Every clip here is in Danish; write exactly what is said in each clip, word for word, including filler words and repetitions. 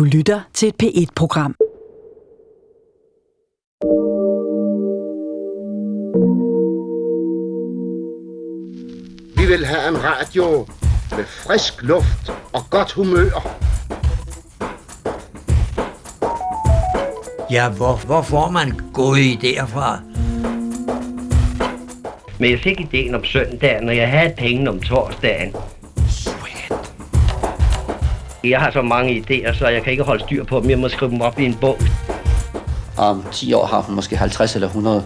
Du lytter til et P et program. Vi vil have en radio med frisk luft og godt humør. Ja, hvor, hvor får man gode idéer fra? Men jeg fik idéen om søndagen, og jeg havde penge om torsdagen. Sweet. Jeg har så mange idéer, så jeg kan ikke holde styr på dem. Jeg må skrive dem op i en bog. Om ti år har hun måske halvtreds eller hundrede.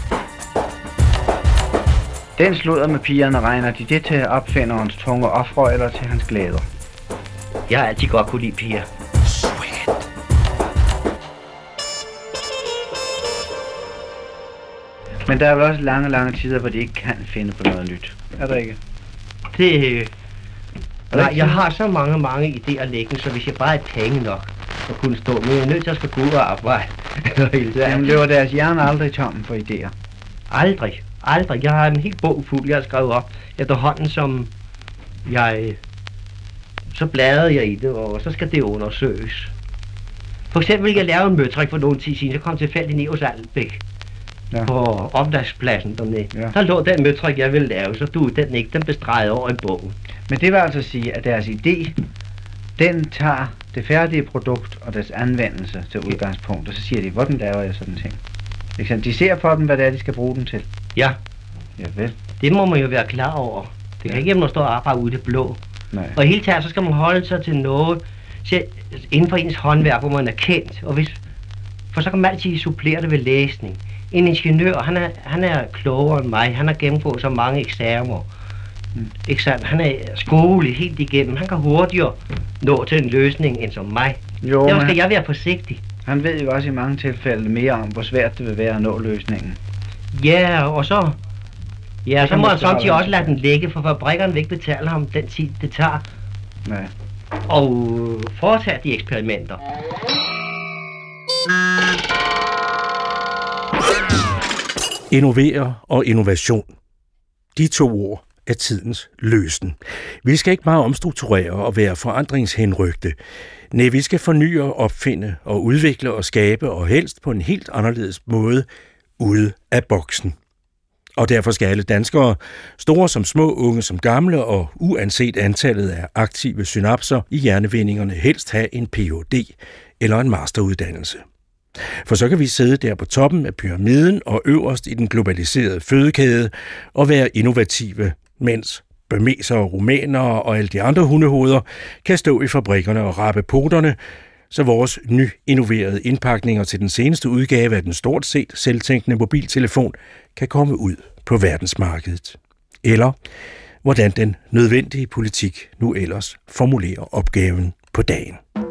Den sludder med pigerne, regner de det til opfinderens tunge ofre eller til hans glæder? Jeg har altid godt kunne lide piger. Sweet. Men der er vel også lange, lange tider, hvor de ikke kan finde på noget nyt. Er der ikke? Det... Nej, jeg har så mange, mange idéer liggende, så hvis jeg bare havde penge nok at kunne stå, men jeg er nødt til at skal gå ud og arbejde. Jamen løber deres hjerne aldrig tom for idéer? Aldrig. Aldrig. Jeg har en helt bog fuld, jeg har skrevet op efterhånden, som jeg... Så bladrede jeg i det, og så skal det undersøges. For eksempel ville jeg lave en møtrik for nogle tid siden, så kom tilfældigt ned hos Albæk. Ja. På opdagspladsen dernede. Ja. Der lå den møtrik, jeg ville lave, så du den ikke, den bestregede over en bog. Men det vil altså sige, at deres idé, den tager det færdige produkt og dets anvendelse til udgangspunkt, og så siger de, hvordan laver jeg sådan en ting? De ser for dem, hvad det er, de skal bruge den til. Ja. Ja vel. Det må man jo være klar over. Det kan ja. ikke hjemme at stå og arbejde ude i det blå. Nej. Og i hele taget, så skal man holde sig til noget inden for ens håndværk, hvor man er kendt. Og hvis, for så kan man altid supplere det ved læsning. En ingeniør, han er, han er klogere end mig. Han har gennemgået så mange eksamener. Mm. Ikke sandt? Han er skole helt igennem. Han kan hurtigere nå til en løsning end som mig. Jo, derfor skal jeg være forsigtig. Han ved jo også i mange tilfælde mere om, hvor svært det vil være at nå løsningen. Ja, og så... Ja, så må han samtidig også lade den ligge, for fabrikkerne vil ikke betale ham den tid, det tager. Nej. Og foretage de eksperimenter. Innovere og innovation. De to ord er tidens løsen. Vi skal ikke bare omstrukturere og være forandringshenrygte. Nej, vi skal forny og opfinde og udvikle og skabe, og helst på en helt anderledes måde ude af boksen. Og derfor skal alle danskere, store som små, unge som gamle og uanset antallet af aktive synapser i hjernevindingerne, helst have en P H D eller en masteruddannelse. For så kan vi sidde der på toppen af pyramiden og øverst i den globaliserede fødekæde og være innovative, mens burmesere, rumænere og alle de andre hundehoveder kan stå i fabrikkerne og rappe poterne, så vores ny-innoverede indpakninger til den seneste udgave af den stort set selvtænkende mobiltelefon kan komme ud på verdensmarkedet. Eller hvordan den nødvendige politik nu ellers formulerer opgaven på dagen.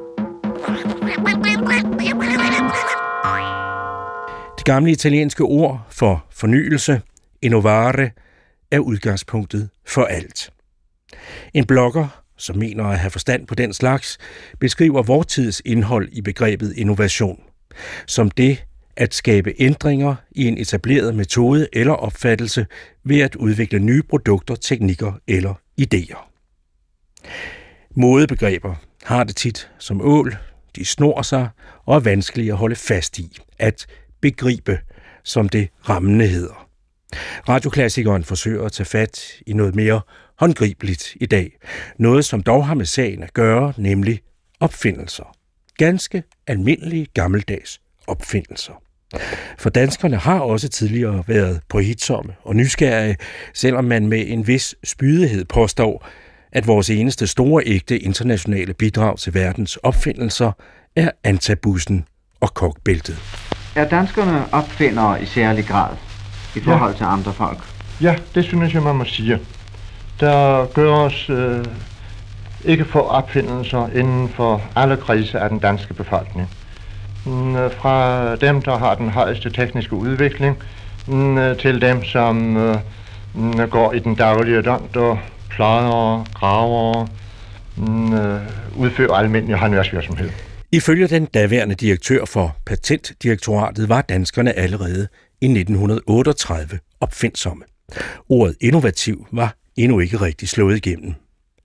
Det gamle italienske ord for fornyelse, innovare, er udgangspunktet for alt. En blogger, som mener at have forstand på den slags, beskriver vor tids indhold i begrebet innovation, som det at skabe ændringer i en etableret metode eller opfattelse ved at udvikle nye produkter, teknikker eller idéer. Modebegreber har det tit som ål, de snor sig og er vanskelige at holde fast i, at begribe, som det rammende hedder. Radioklassikeren forsøger at tage fat i noget mere håndgribeligt i dag. Noget, som dog har med sagen at gøre, nemlig opfindelser. Ganske almindelige gammeldags opfindelser. For danskerne har også tidligere været påhitsomme og nysgerrige, selvom man med en vis spydighed påstår, at vores eneste store ægte internationale bidrag til verdens opfindelser er antabussen og kokbæltet. Er danskerne opfindere i særlig grad i forhold ja. til andre folk? Ja, det synes jeg, man må sige. Der gøres øh, ikke få opfindelser inden for alle kredse af den danske befolkning. Mm, fra dem, der har den højeste tekniske udvikling, mm, til dem, som øh, mm, går i den daglige døgn og pløjer, graver, mm, øh, udfører almindelig håndværksvirksomhed. Ifølge den daværende direktør for Patentdirektoratet var danskerne allerede i nitten otteogtredive opfindsomme. Ordet innovativ var endnu ikke rigtig slået igennem.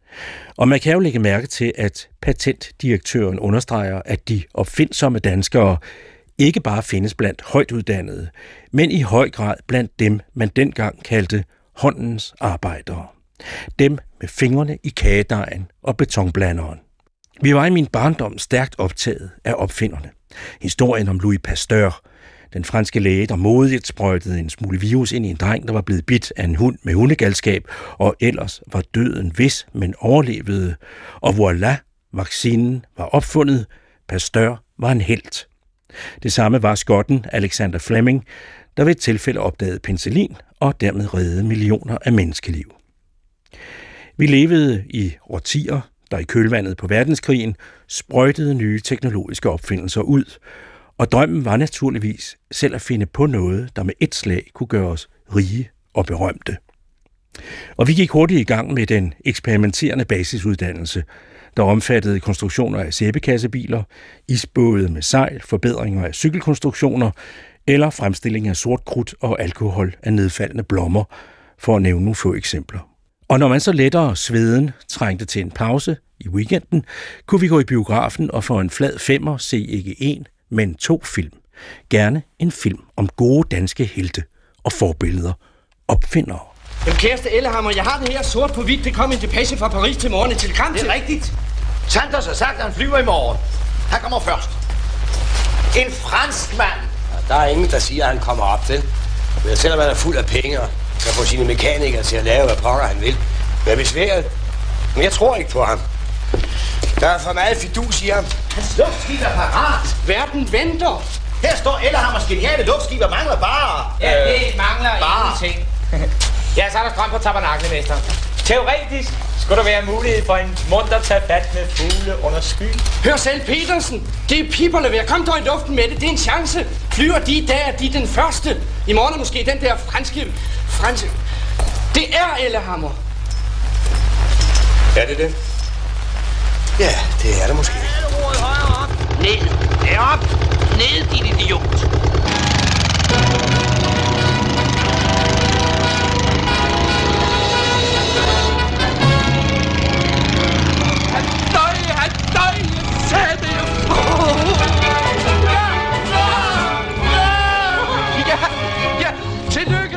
Og man kan jo lægge mærke til, at patentdirektøren understreger, at de opfindsomme danskere ikke bare findes blandt højtuddannede, men i høj grad blandt dem, man dengang kaldte håndens arbejdere. Dem med fingrene i kagedejen og betonblanderen. Vi var i min barndom stærkt optaget af opfinderne. Historien om Louis Pasteur, den franske læge, der modigt sprøjtede en smule virus ind i en dreng, der var blevet bidt af en hund med hundegalskab, og ellers var døden vis, men overlevede. Og voilà, vaccinen var opfundet. Pasteur var en helt. Det samme var skotten Alexander Fleming, der ved et tilfælde opdagede penicillin og dermed reddede millioner af menneskeliv. Vi levede i årtier, der i kølvandet på verdenskrigen sprøjtede nye teknologiske opfindelser ud, og drømmen var naturligvis selv at finde på noget, der med et slag kunne gøre os rige og berømte. Og vi gik hurtigt i gang med den eksperimenterende basisuddannelse, der omfattede konstruktioner af sæbekassebiler, isbåde med sejl, forbedringer af cykelkonstruktioner eller fremstilling af sort krudt og alkohol af nedfaldende blommer, for at nævne nogle få eksempler. Og når man så lettere sveden trængte til en pause i weekenden, kunne vi gå i biografen og for en flad femmer se ikke én, men to film. Gerne en film om gode danske helte og forbilleder, opfindere. Jamen kæreste Ellehammer, jeg har det her sort på hvidt. Det kom en depeche fra Paris til morgen, et telegram til... Det er rigtigt. Sanders har sagt, at han flyver i morgen. Han kommer først. En franskmand. Ja, der er ingen, der siger, at han kommer op til. Men selvom han er fuld af penge og kan få sine mekanikere til at lave, hvad pokker han vil. Hvad er besværet? Men jeg tror ikke på ham. Der er for meget fidus i ham. Hans luftskib er parat. Verden venter. Her står Ellehammers geniale luftskib og mangler bare... Ja, det mangler bare. ingenting. Ja, så er der strøm på tabernaklemester. Teoretisk skulle der være mulighed for en munter tage fat med fugle under sky. Hør selv Petersen. Det er piberne ved. Kom dog i luften med det. Det er en chance. Flyver de i dag, er de den første. I morgen er måske den der franske... franske... Det er Ellehammer. Er det det? Ja, det er det måske. Ned. Derop. Ned, din idiot. Han døj, han døj. Jeg sagde det jo. Ja, ja, tillykke.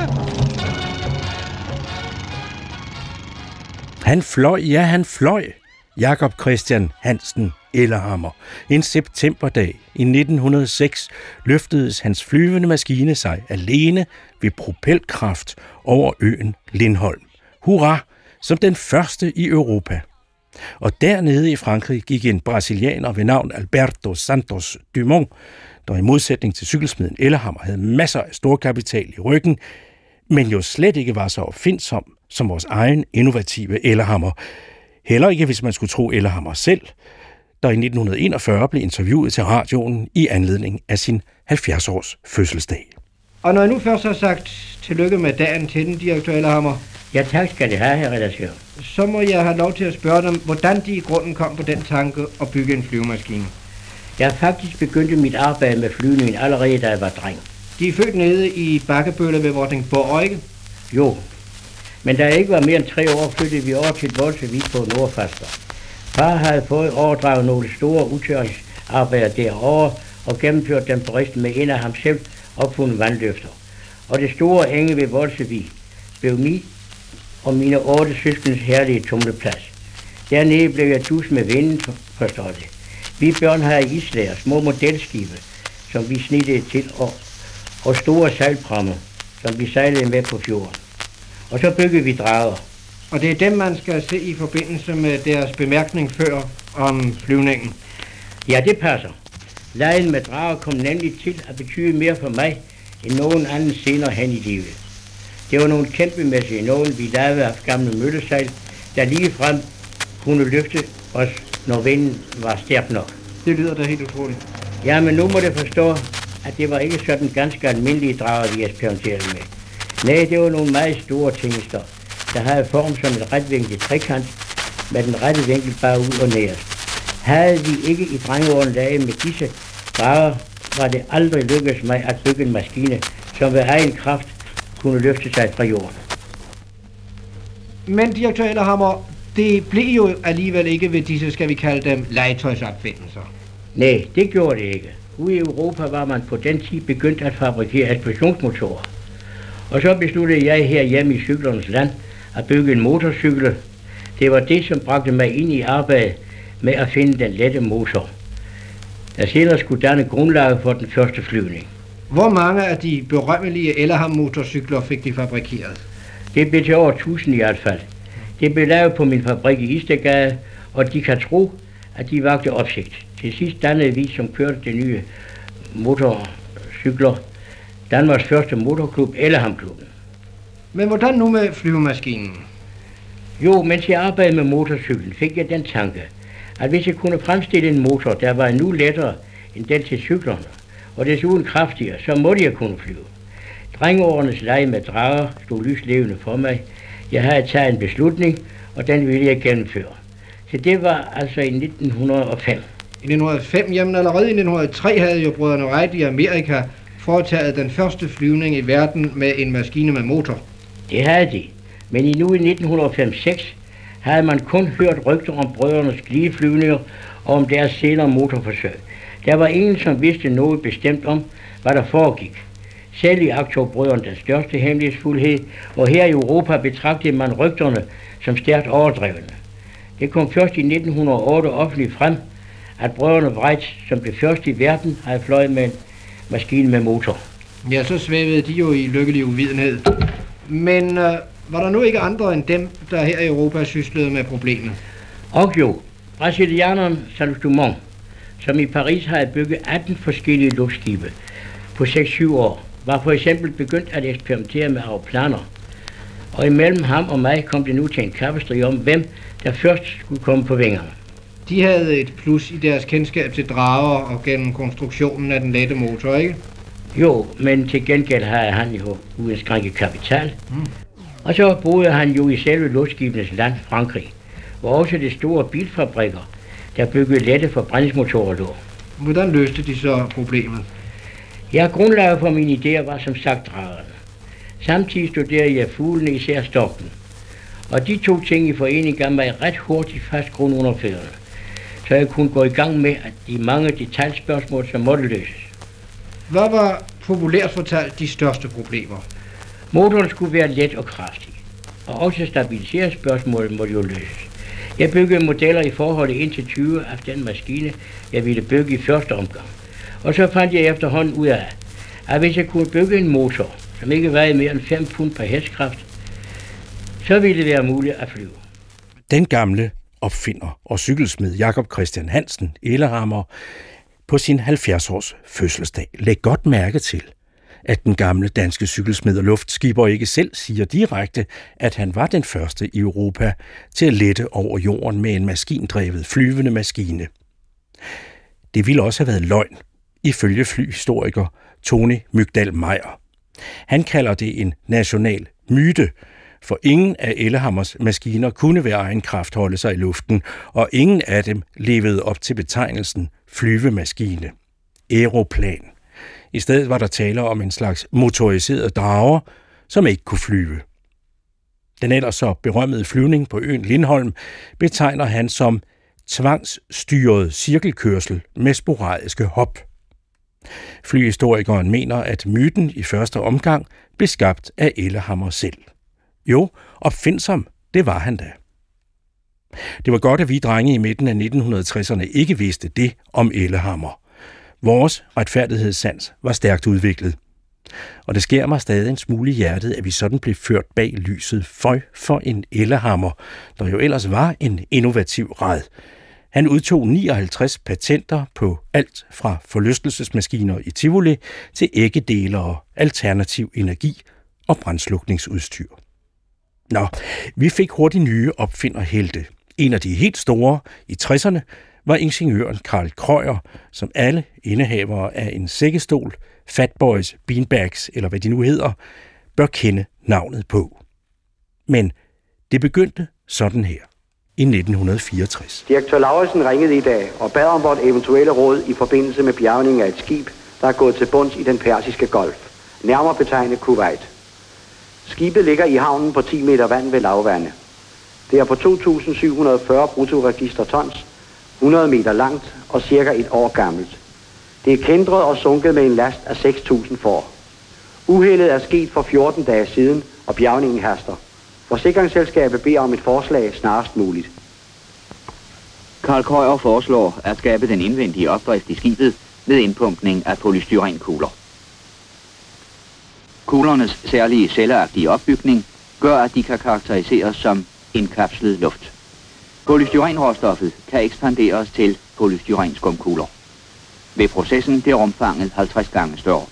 Han fløj, ja han fløj. Jakob Christian Hansen Ellehammer. En septemberdag i nitten hundrede og seks løftedes hans flyvende maskine sig alene ved propelkraft over øen Lindholm. Hurra, som den første i Europa. Og dernede i Frankrig gik en brasilianer ved navn Alberto Santos Dumont, der i modsætning til cykelsmeden Ellehammer havde masser af storkapital i ryggen, men jo slet ikke var så opfindsom som vores egen innovative Ellehammer. Heller ikke, hvis man skulle tro Ellehammer selv, der i nitten enogfyrre blev interviewet til radioen i anledning af sin halvfjerds-års fødselsdag. Og når jeg nu først har sagt tillykke med dagen til den, direktør Ellehammer, ja, tak skal det have, herre redaktør, så må jeg have lov til at spørge dem, hvordan de i grunden kom på den tanke at bygge en flyvemaskine. Jeg har faktisk begyndt mit arbejde med flyvningen allerede, da jeg var dreng. De er født nede i Bakkebølle ved Vordingborg, ikke? Jo. Men da jeg ikke var mere end tre år, flyttede vi over til Bolsjevik på Nordfaster. Far havde fået overdraget nogle store udtørringsarbejder derovre og gennemført dem forresten med en af ham selv opfundet vandløfter. Og det store enge ved Bolsjevik blev min og mine otte søskens herlige tumleplads. Dernede blev jeg dus med vinden, forstår det. Vi børn havde islæger, små modelskibe, som vi snittede til, og, og store sejlprammer, som vi sejlede med på fjorden. Og så byggede vi drager. Og det er dem, man skal se i forbindelse med deres bemærkning før om flyvningen. Ja, det passer. Lejen med drager kom nemlig til at betyde mere for mig, end nogen anden senere hen i livet. Det var nogle kæmpemæssige nogen, vi lavede af gamle møllesejl, der lige frem kunne løfte os, når vinden var stærk nok. Det lyder da helt utroligt. Ja, men nu må det forstå, at det var ikke sådan ganske almindelige drager, vi eksperimenterede med. Nej, det var nogle meget store tingester, der havde form som en retvinklet trekant, med den rette vinkel bare ud og nederst. Havde vi ikke i drengeårene dage med disse drager, var det aldrig lykkedes mig at bygge en maskine, som ved egen kraft kunne løfte sig fra jorden. Men direktør Ellehammer, det blev jo alligevel ikke ved disse, skal vi kalde dem, legetøjsopfindelser. Nej, det gjorde det ikke. Ude i Europa var man på den tid begyndt at fabrikere eksplosionsmotorer. Og så besluttede jeg her hjemme i cyklernes land at bygge en motorcykel. Det var det, som bragte mig ind i arbejdet med at finde den lette motor, der senere skulle danne grundlaget for den første flyvning. Hvor mange af de berømmelige Ellerham-motorcykler fik de fabrikeret? Det blev til over tusind i hvert fald. Det blev lavet på min fabrik i Istergade, og de kan tro, at de vagte opsigt. Til sidst dannede vi, som kørte de nye motorcykler, Danmarks første motorklub, Ellerham-klubben. Men hvordan nu med flyvemaskinen? Jo, mens jeg arbejdede med motorcyklen, fik jeg den tanke, at hvis jeg kunne fremstille en motor, der var endnu lettere end den til cyklerne, og desuden kraftigere, så måtte jeg kunne flyve. Drengeårenes lege med drager stod lyslevende for mig. Jeg havde taget en beslutning, og den ville jeg gennemføre. Så det var altså i nitten hundrede og fem. I nitten hundrede og fem, jamen allerede i nitten hundrede og tre havde jo brødrene Wright i Amerika foretaget den første flyvning i verden med en maskine med motor. Det havde de, men endnu i nitten hundrede og fem seks havde man kun hørt rygter om brødrenes glideflyvninger og om deres senere motorforsøg. Der var ingen, som vidste noget bestemt om, hvad der foregik. Selv i aktørbrødrene den største hemmelighedsfuldhed, og her i Europa betragtede man rygterne som stærkt overdrevne. Det kom først i nitten hundrede og otte offentligt frem, at brødrene Wright, som det første i verden, havde fløjet med en maskine med motor. Ja, så svævede de jo i lykkelig uvidenhed. Men øh, var der nu ikke andre end dem, der her i Europa syslede med problemet? Og jo, brasilianeren Santos Dumont, som i Paris havde bygget atten forskellige luftskibe på seks syv år, var for eksempel begyndt at eksperimentere med aeroplaner. Og imellem ham og mig kom det nu til en kappestrid om, hvem der først skulle komme på vingerne. De havde et plus i deres kendskab til drager og gennem konstruktionen af den lette motor, ikke? Jo, men til gengæld havde han jo uindskrænket kapital. Mm. Og så boede han jo i selve luftskibenes land, Frankrig, hvor også de store bilfabrikker, der byggede lette forbrændingsmotorer lå. Hvordan løste de så problemet? Ja, grundlaget for mine idéer var som sagt dragerne. Samtidig studerede jeg fuglene, især storken. Og de to ting i forening gav mig ret hurtigt fast grund under fødderne, så jeg kunne gå i gang med at de mange detaljspørgsmål, som måtte løses. Hvad var populært fortalt de største problemer? Motoren skulle være let og kraftig, og også stabiliseringsspørgsmålet måtte jo løses. Jeg byggede modeller i forholdet ind til tyve af den maskine, jeg ville bygge i første omgang. Og så fandt jeg efterhånden ud af, at hvis jeg kunne bygge en motor, som ikke vejede mere end fem pund per hestekraft, så ville det være muligt at flyve. Den gamle opfinder og cykelsmed Jakob Christian Hansen, Ellehammer, på sin halvfjerds-års fødselsdag. Læg godt mærke til, at den gamle danske cykelsmed og luftskipper ikke selv siger direkte, at han var den første i Europa til at lette over jorden med en maskindrevet flyvende maskine. Det ville også have været løgn, ifølge flyhistoriker Tony Mygdal Meyer. Han kalder det en national myte, for ingen af Ellehammers maskiner kunne ved egen kraft holde sig i luften, og ingen af dem levede op til betegnelsen flyvemaskine, aeroplan. I stedet var der tale om en slags motoriseret drager, som ikke kunne flyve. Den ellers så berømmede flyvning på øen Lindholm betegner han som tvangsstyret cirkelkørsel med sporadiske hop. Flyhistorikeren mener, at myten i første omgang blev skabt af Ellehammer selv. Jo, opfindsom, det var han da. Det var godt, at vi drenge i midten af nitten tresserne ikke vidste det om Ellehammer. Vores retfærdighedssans var stærkt udviklet. Og det sker mig stadig en smule i hjertet, at vi sådan blev ført bag lyset. Føj for en Ellehammer, der jo ellers var en innovativ rad. Han udtog nioghalvtreds patenter på alt fra forlystelsesmaskiner i Tivoli til æggedelere, alternativ energi og brandslukningsudstyr. Nå, vi fik hurtigt nye opfinderhelte. En af de helt store i tresserne var ingeniøren Karl Krøyer, som alle indehavere af en sækkestol, Fatboys, Beanbags eller hvad de nu hedder, bør kende navnet på. Men det begyndte sådan her i nitten fireogtres. Direktør Lauritsen ringede i dag og bad om vort eventuelle råd i forbindelse med bjergning af et skib, der er gået til bunds i den persiske golf, nærmere betegnet Kuwait. Skibet ligger i havnen på ti meter vand ved lavvande. Det er på to tusind syv hundrede og fyrre bruttoregistertons, hundrede meter langt og cirka et år gammelt. Det er kæntret og sunket med en last af seks tusind får. Uheldet er sket for fjorten dage siden, og bjærgningen haster. Forsikringsselskabet beder om et forslag snarest muligt. Karl Krøyer foreslår at skabe den indvendige opdrift i skibet ved indpumpning af polystyrenkugler. Kuglernes særlige celleagtige opbygning gør, at de kan karakteriseres som indkapslet luft. Polystyrenråstoffet kan ekspanderes til polystyrenskumkugler. Ved processen bliver rumfanget halvtreds gange større.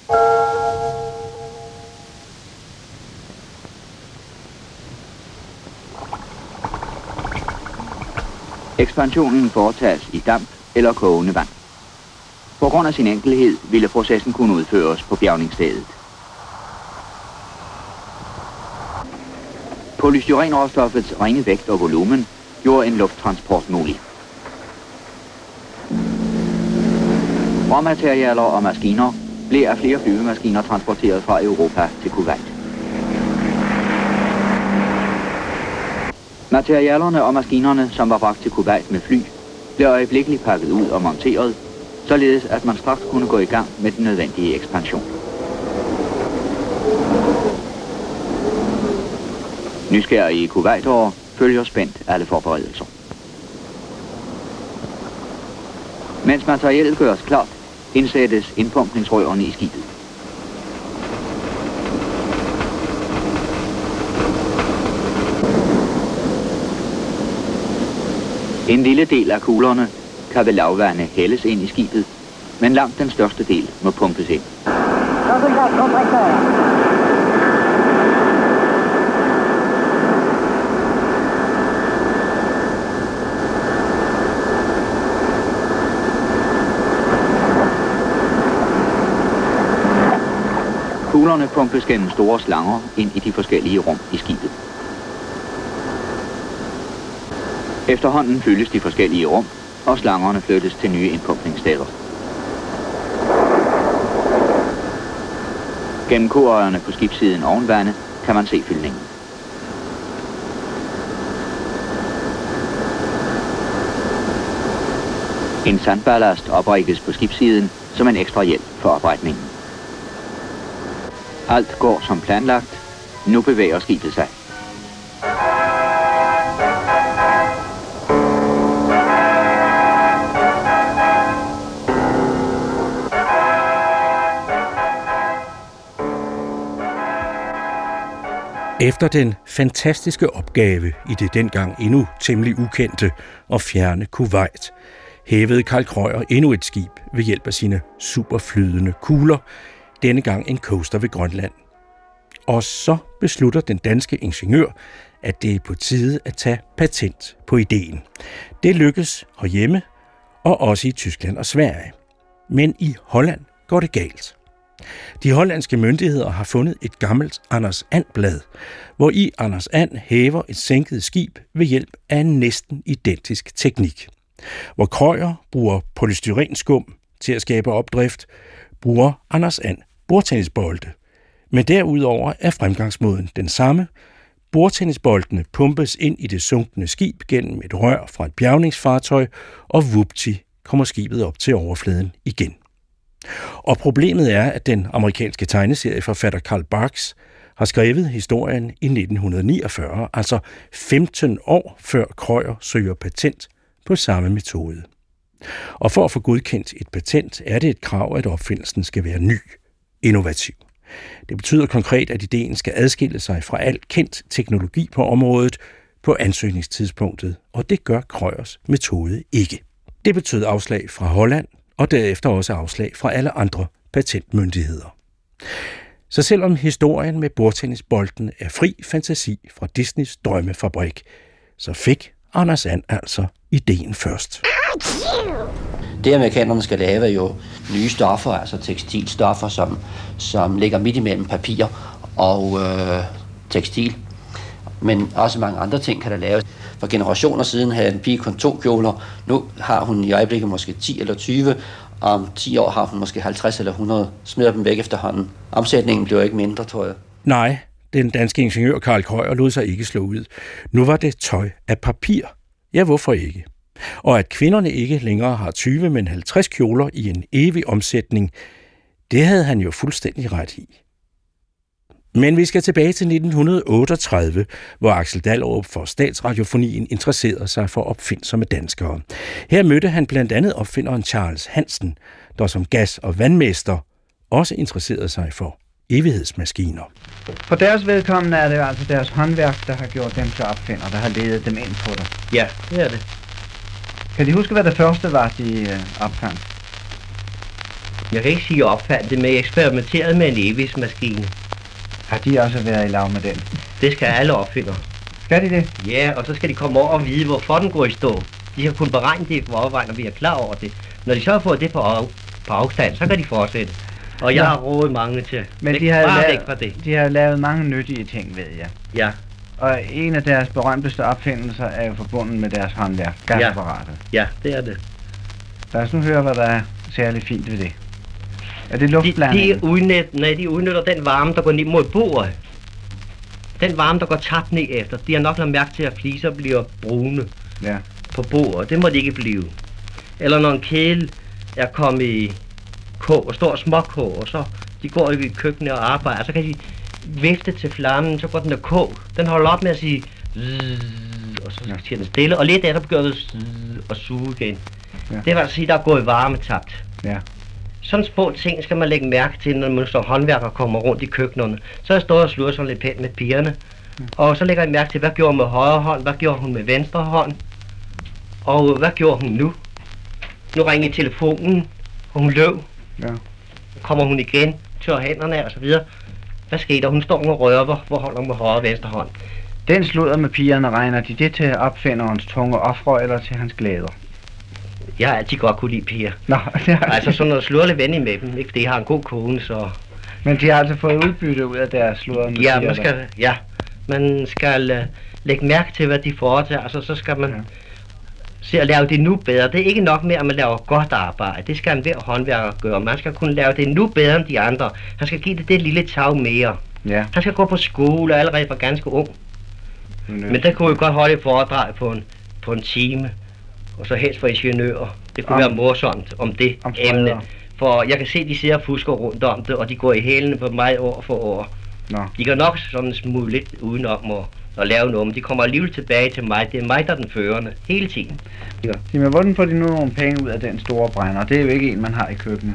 Ekspansionen foretages i damp eller kogende vand. På grund af sin enkelhed ville processen kunne udføres på bjærgningsstedet. Polystyrenråstoffets ringe vægt og volumen gjorde en lufttransport mulig. Råmaterialer og maskiner blev af flere flyvemaskiner transporteret fra Europa til Kuwait. Materialerne og maskinerne, som var bragt til Kuwait med fly, blev øjeblikkeligt pakket ud og monteret, således at man straks kunne gå i gang med den nødvendige ekspansion. Nysgerrige kuwaitere følger spændt alle forberedelser. Mens materialet gøres klart, indsættes indpumpningsrørene i skibet. En lille del af kuglerne kan ved lavvande hældes ind i skibet, men langt den største del må pumpes ind. Kuglerne pumpes gennem store slanger ind i de forskellige rum i skibet. Efterhånden fyldes de forskellige rum, og slangerne flyttes til nye indpumpningssteder. Gennem korøjerne på skibssiden ovenvande kan man se fyldningen. En sandballast oprigges på skibssiden som en ekstra hjælp for opretningen. Alt går som planlagt. Nu bevæger skibet sig. Efter den fantastiske opgave i det dengang endnu temmelig ukendte og fjerne Kuwait, hævede Karl Krøyer endnu et skib ved hjælp af sine superflydende kugler, denne gang en coaster ved Grønland. Og så beslutter den danske ingeniør, at det er på tide at tage patent på ideen. Det lykkes herhjemme, og også i Tyskland og Sverige. Men i Holland går det galt. De hollandske myndigheder har fundet et gammelt Anders And-blad, hvor i Anders And hæver et sænket skib ved hjælp af en næsten identisk teknik. Hvor Krøyer bruger polystyrenskum til at skabe opdrift, bruger Anders And bordtennisbolde. Men derudover er fremgangsmåden den samme. Bordtennisboldene pumpes ind i det sunkne skib gennem et rør fra et bjærgningsfartøj, og vupti kommer skibet op til overfladen igen. Og problemet er, at den amerikanske tegneserieforfatter Carl Barks har skrevet historien i nitten niogfyrre, altså femten år før Krøyer søger patent på samme metode. Og for at få godkendt et patent er det et krav, at opfindelsen skal være ny, innovativ. Det betyder konkret, at ideen skal adskille sig fra alt kendt teknologi på området på ansøgningstidspunktet, og det gør Krøyers metode ikke. Det betød afslag fra Holland, og derefter også afslag fra alle andre patentmyndigheder. Så selvom historien med bordtennisbolden er fri fantasi fra Disneys drømmefabrik, så fik Anders And altså ideen først. Det amerikanerne skal lave er jo nye stoffer, altså tekstilstoffer, som, som ligger midt imellem papir og øh, tekstil. Men også mange andre ting kan der laves. For generationer siden havde en pige kun to kjoler. Nu har hun i øjeblikket måske ti eller tyve. Om ti år har hun måske halvtreds eller hundrede. Smider dem væk efterhånden. Omsætningen bliver ikke mindre, tror jeg. Nej, Den danske ingeniør Karl Krøyer lod sig ikke slå ud. Nu var det tøj af papir. Ja, hvorfor ikke? Og at kvinderne ikke længere har tyve, men halvtreds kjoler i en evig omsætning, det havde han jo fuldstændig ret i. Men vi skal tilbage til nitten otteogtredive, hvor Axel Dahlerup for Statsradiofonien interesserede sig for opfindsomme danskere. Her mødte han blandt andet opfinderen Charles Hansen, der som gas- og vandmester også interesserede sig for evighedsmaskiner. For deres vedkommende er det jo altså deres håndværk, der har gjort dem til opfinder, der har ledet dem ind på det. Ja, det er det. Kan de huske, hvad det første var, de øh, opfandt? Jeg kan ikke sige opfandt det, men jeg eksperimenterede med en evighedsmaskine. Har de også været i lav med den? Det skal alle opfindere. Skal de det? Ja, og så skal de komme over og vide, hvorfor den går i stå. De skal kunne beregne det på overvejen, og vi er klar over det. Når de så har fået det på, af, på afstand, så kan de fortsætte. Og jeg ja. har rådet mange til. Men de har, lavet, det. de har lavet mange nyttige ting, ved jeg. Ja. Og en af deres berømteste opfindelser er jo forbundet med deres håndværk, gasapparatet. Ja. ja, det er det. Lad os nu høre, hvad der er særligt fint ved det. Er det luftblanding? De, de, udnyt, nej, de udnytter den varme, der går ned mod bordet. Den varme, der går tabt ned efter. De har nok lagt mærke til, at fliser bliver brune ja. på bordet. Det må de ikke blive. Eller når en kæle er kommet i kog og står småkog, og så de går i køkkenet og arbejder, så kan de vifte til flammen, så går den der kog. Den holder op med at sige og så siger den stille, og lidt af der begynder det at suge igen. Ja. Det vil altså sige, der er gået varme tabt. Ja. Sådan små ting skal man lægge mærke til, når man som håndværker kommer rundt i køkkenerne. Så jeg står og sluger sådan lidt pænt med pigerne. Ja. Og så lægger jeg mærke til, hvad gjorde hun med højre hånd, hvad gjorde hun med venstre hånd. Og hvad gjorde hun nu? Nu ringer telefonen, og hun løb. Ja. Kommer hun igen, tør hænderne af og så videre. Hvad skete der? Hun står og rører, hvor, hvor holder hun med højre og venstre hånd. Den sludder med pigerne, regner de det til opfinderens tunge ofre eller til hans glæder? Jeg har altid godt kunne lide piger. Nå, det har altså sådan noget slurligt venlig med dem, ikke? Fordi jeg har en god kone, så... Men de har altså fået udbytte ud af deres sludder med ja, piger, man skal, ja, man skal uh, lægge mærke til, hvad de foretager, altså så skal man... Ja. Se at lave det nu bedre. Det er ikke nok med, at man laver godt arbejde. Det skal en hver håndværker gøre. Man skal kunne lave det nu bedre end de andre. Han skal give det det lille tag mere. Ja. Han skal gå på skole allerede fra ganske ung. Mm. Men der kunne jo godt holde et foredrag på en, på en time. Og så helst for ingeniører. Det kunne om, være morsomt om det om emne. For jeg kan se, at de ser fusker rundt om det, og de går i hælene på mig år for år. Nå. De kan nok sådan smule lidt udenom og og lave noget, men de kommer alligevel tilbage til mig. Det er mig, der er den førende, hele tiden. Ja. Men hvordan får de nu nogle penge ud af den store brænder? Det er jo ikke en, man har i køkkenet.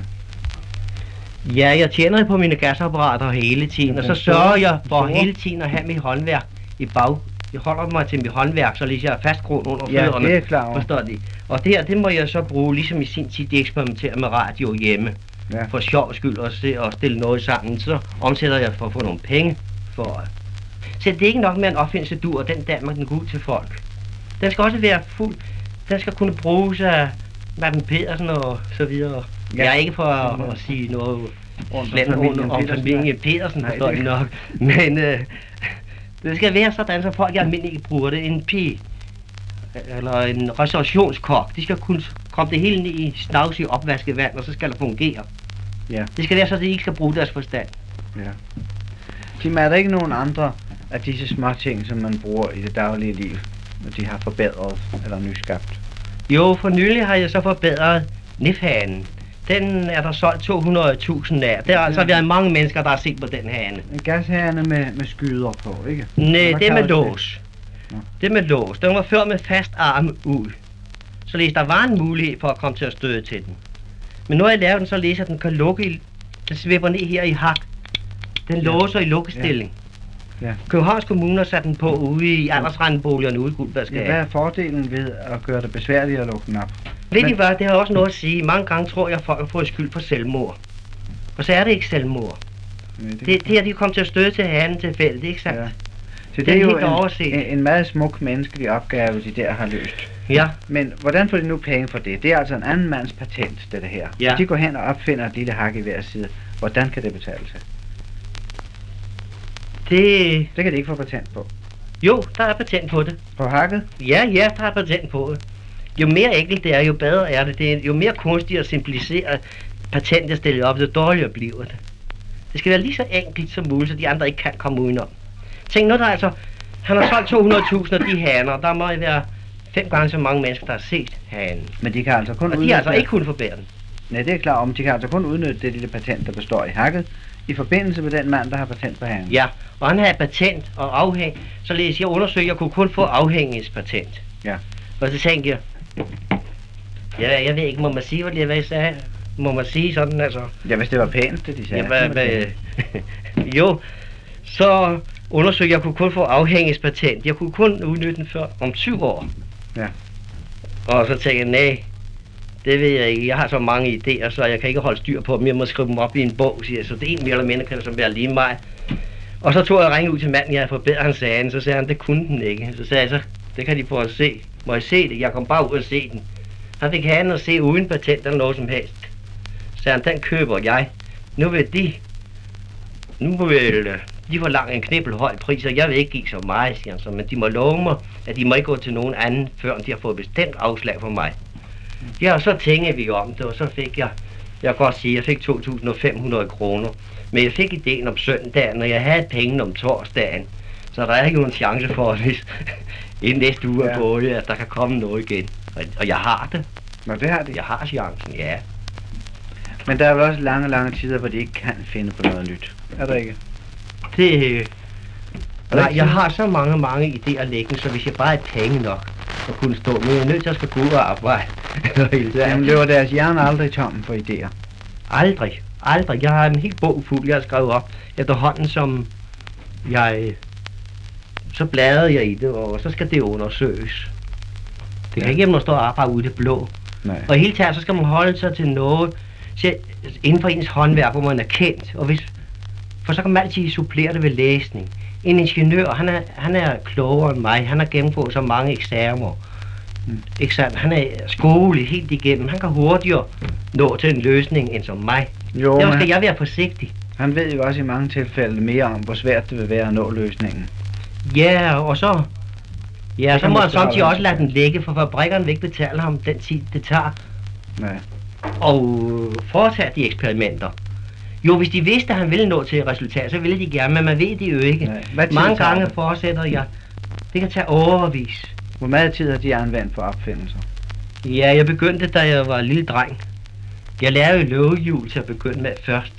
Ja, jeg tjener på mine gasapparater hele tiden, og så sørger jeg for hele tiden at have mit håndværk i bag. Jeg holder mig til mit håndværk, så lige jeg er fast grund under fødderne. Ja, det er klar over. Forstår de? Og det her, det må jeg så bruge, ligesom i sin tid, de eksperimenterer med radio hjemme. Ja. For sjov skyld og, se, og stille noget sammen, så omsætter jeg for at få nogle penge for... Så det er ikke nok med en opfindelse dur, og den der man den går ud til folk. Den skal også være fuld. Den skal kunne bruges af Madden Pedersen og så videre. Ja. Jeg er ikke for at, at sige noget slemt om, om familien Pedersen, forstår de nok. Men øh, det skal være sådan, så folk i almindeligt bruger det. En pige, eller en restaurationskok, de skal kunne komme det hele ned i snavsig opvaskevand, og så skal det fungere. Ja. Det skal være så, at de ikke skal bruge deres forstand. Ja. Tim, er der ikke nogen andre af disse små ting, som man bruger i det daglige liv, når de har forbedret eller nyskabt? Jo, for nylig har jeg så forbedret nifhanen. Den er der solgt to hundrede tusind af. Der har altså været mange mennesker, der har set på den hane. En gashane med, med skyder på, ikke? Nej, det er med lås. Det? det er med lås. Den var før med fast arm ud. Således der var en mulighed for at komme til at støde til den. Men nu har jeg lavet den, så læser den kan lukke i... Den svipper ned her i hak. Den ja. låser i lukkestilling. Ja. Ja. Københavns Kommune har sat den på ude i aldersrandeboligerne ude i Guldbergsgade. Ja, hvad er fordelen ved at gøre det besværligt at lukke den op? Ved I hvad, det har også noget at sige. Mange gange tror jeg, at folk har fået skyld for selvmord. Og så er det ikke selvmord. Nej, det, det, det er, de kommer til at støde til hanen tilfældigt, ikke sandt? Ja. Så det, det er, er jo en, en, en meget smuk menneskelig opgave, de der har løst. Ja. Men hvordan får de nu penge for det? Det er altså en anden mands patent, det her. Ja. Hvis de går hen og opfinder et lille hak i hver side, hvordan kan det betale sig? Det... Det kan de ikke få patent på. Jo, der er patent på det. På hakket? Ja, ja, der er patent på det. Jo mere enkelt det er, jo bedre er det. det er, jo mere kunstigt og simpliceret patentet stillet op, så dårligere bliver det. Det skal være lige så enkelt som muligt, så de andre ikke kan komme udenom. Tænk nu, der altså, han har solgt to hundrede tusind af de haner, der må være fem gange så mange mennesker, der har set hanen. Men de kan altså kun og de har altså ikke kun forbedret den. Nej, det er klart, om de kan altså kun udnytte det lille patent, der består i hakket, i forbindelse med den mand, der har patent på hanen. Ja, og han har patent og afhæng, således jeg undersøger, jeg kunne kun få afhængighedspatent. Ja. Og så tænkte jeg, ja, jeg ved ikke, må man sige, hvad jeg sagde? Må man sige sådan, altså? Ja, hvis det var pænt, det de sagde. Ja, hvad, jo, så undersøgte jeg, kunne kun få afhængighedspatent. Jeg kunne kun udnytte den før om syv år. Ja. Og så tænkte jeg, nej, det ved jeg ikke. Jeg har så mange idéer, så jeg kan ikke holde styr på dem. Jeg må skrive dem op i en bog, siger jeg. Så det er en mere eller mindre, kan det som være lige mig. Og så tog jeg og ringede ud til manden, jeg havde forbedret hans sagen. Så sagde han, det kunne den ikke. Så sagde jeg så, det kan de få at se. Må jeg se det? Jeg kom bare ud og se den. Han fik han at se uden patent eller noget som helst. Så sagde han, den køber jeg. Nu vil de, nu vil de forlange en knibbel høj pris, og jeg vil ikke give så meget, siger han så. Men de må love mig, at de må ikke gå til nogen anden, før de har fået bestemt afslag for mig. Ja, og så tænkte vi om det, og så fik jeg, jeg kan godt sige, jeg fik to tusind fem hundrede kroner. Men jeg fik ideen om søndagen, og jeg havde penge om torsdagen. Så der er ikke nogen chance for, hvis inden næste uge er gået, at der kan komme noget igen. Og, og jeg har det. Nå, det har det. Jeg har chancen, ja. Men der er vel også lange, lange tider, hvor de ikke kan finde på noget nyt. Er der ikke? Det... Nej, jeg har så mange, mange idéer liggende, så hvis jeg bare havde penge nok at kunne stå, men jeg er nødt til at skal gå ud og arbejde. Jamen, løber deres hjerne aldrig tom for idéer? Aldrig. Aldrig. Jeg har en helt bog fuld, jeg har skrevet op. Efterhånden som jeg... Så bladrede jeg i det, og så skal det undersøges. Det kan ja. ikke, at man står og arbejde ude i det blå. Nej. Og i hele taget, så skal man holde sig til noget så inden for ens håndværk, hvor man er kendt. Og hvis, for så kan man altid supplere det ved læsning. En ingeniør, han er, han er klogere end mig. Han har gennemgået så mange eksamener. Mm. Ikke sandt? Han er skole helt igennem. Han kan hurtigere nå til en løsning end som mig. Jo, derfor skal jeg være forsigtig. Han ved jo også i mange tilfælde mere om, hvor svært det vil være at nå løsningen. Ja, og så... Ja, så må han samtidig også lade den ligge, for fabrikkerne vil ikke betale ham den tid, det tager. Nej. Og foretage de eksperimenter. Jo, hvis de vidste, at han ville nå til et resultat, så ville de gerne, men man ved det jo ikke. Mange gange det? fortsætter jeg. Det kan tage overvis. Hvor meget tid har de anvendt for opfindelser? Ja, jeg begyndte, da jeg var en lille dreng. Jeg lavede løvehjul til at begynde med først.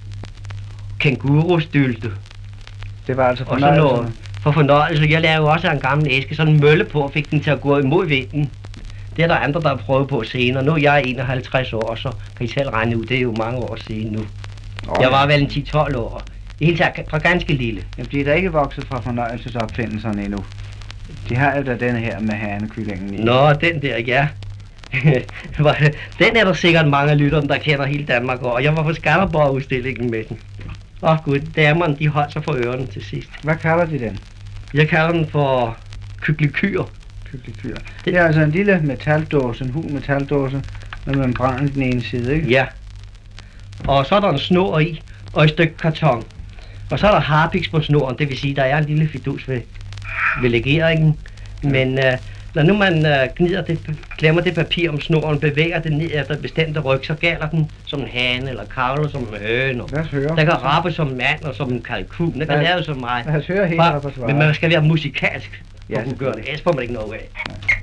Kængurustylte. Det var altså fornøjelse? Og så noget for fornøjelse. Jeg lavede også en gammel æske, sådan en mølle på, og fik den til at gå imod vinden. Det er der andre, der har prøvet på senere. Nu er jeg enoghalvtreds år, så kan I selv regne ud. Det er jo mange år siden nu. Oh, jeg var vel en ti tolv år. I hele taget fra ganske lille. Jamen, de er da ikke vokset fra fornøjelsesopfindelserne endnu. De har jo da denne her med hanekyllingen i. Nå, den der, ja. Den er der sikkert mange af lytterne, der kender hele Danmark over. Jeg var på Skanderborg-udstillingen med den. Åh oh, gud, damerne, de holdt sig for ørerne til sidst. Hvad kalder de den? Jeg kalder den for kyklikyr. Kyklikyr. Det er altså en lille metaldåse, en hul metaldåse med membran i den ene side, ikke? Ja. Og så er der en snor i, og et stykke karton. Og så er der harpiks på snoren, det vil sige, der er en lille fidus ved, ved legeringen. Men øh, når nu man øh, gnider det, klemmer det papir om snoren, bevæger det ned efter bestemte ryg, så galer den som en hane, eller kavler som en høne. Der kan rappe som en mand, og som en kalkun. Der kan lave så meget. Lad os høre helt op og svare. Men man skal være musikalsk, for at kunne gøre det. Ellers får man ikke noget af.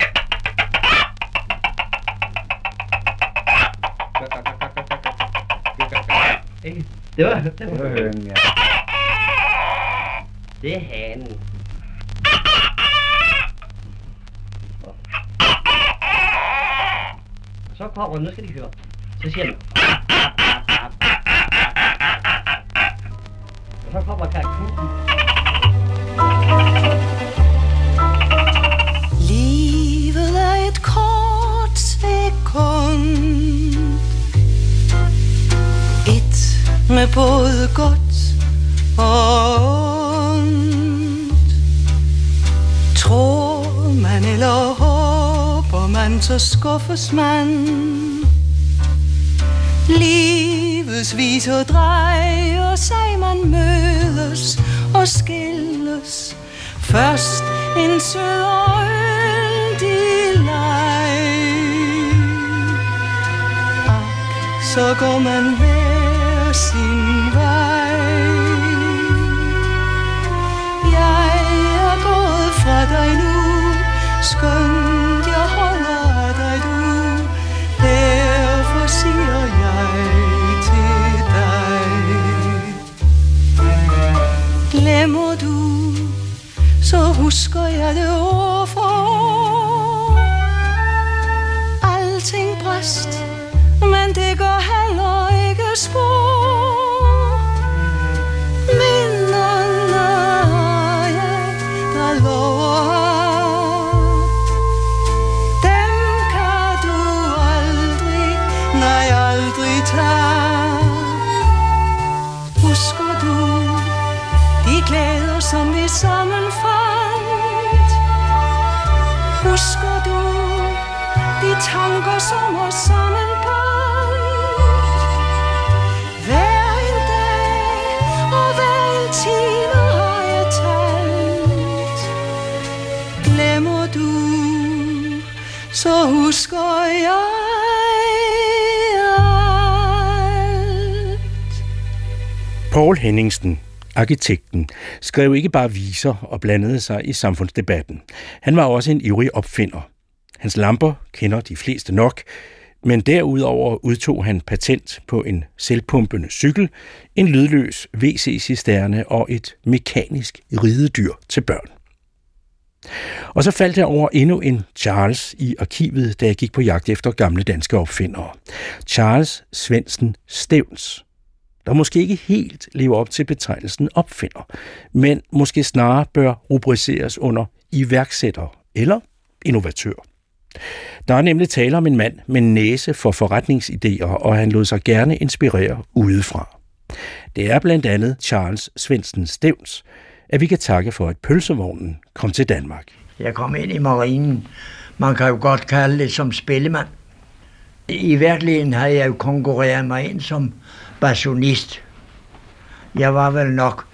Ikke? Det var, det var hønen, ja. Det er hanen. Så kommer den, nu skal de høre. Så siger den. Og så kommer kalkunen. Livet er et kort sekund. Et med både godt og ondt. Tror man eller håber man, så skuffes man. Livets viser drejer sig, man mødes og skilles. Først en sød og yndig leg. Ak, så går man hver sin vej. Jeg fra dig nu, skønt jeg holder af dig du. Derfor siger jeg til dig, glemmer du, så husker jeg det ord for ord. Alting bræst, men det går heller ikke spor. Minderne har jeg, der lover, dem kan du aldrig, nej aldrig tage. Husker du de glæder, som vi sammen fandt? Husker du de tanker, som os sammen bandt? Hver en dag og hver en time har jeg talt. Glemmer du, så husker jeg alt. Poul Henningsen, arkitekten, skrev ikke bare viser og blandede sig i samfundsdebatten. Han var også en ivrig opfinder. Hans lamper kender de fleste nok, men derudover udtog han patent på en selvpumpende cykel, en lydløs V C-cisterne og et mekanisk ridedyr til børn. Og så faldt jeg over endnu en Charles i arkivet, da jeg gik på jagt efter gamle danske opfindere. Charles Svendsen Stevns, der måske ikke helt lever op til betegnelsen opfinder, men måske snarere bør rubriceres under iværksætter eller innovatør. Der er nemlig tale om en mand med næse for forretningsidéer, og han lod sig gerne inspirere udefra. Det er blandt andet Charles Svendsen Stevns, at vi kan takke for, at pølsevognen kom til Danmark. Jeg kom ind i marinen. Man kan jo godt kalde det som spillemand. I virkeligheden havde jeg jo konkurreret mig ind som basunist. Jeg var vel nok,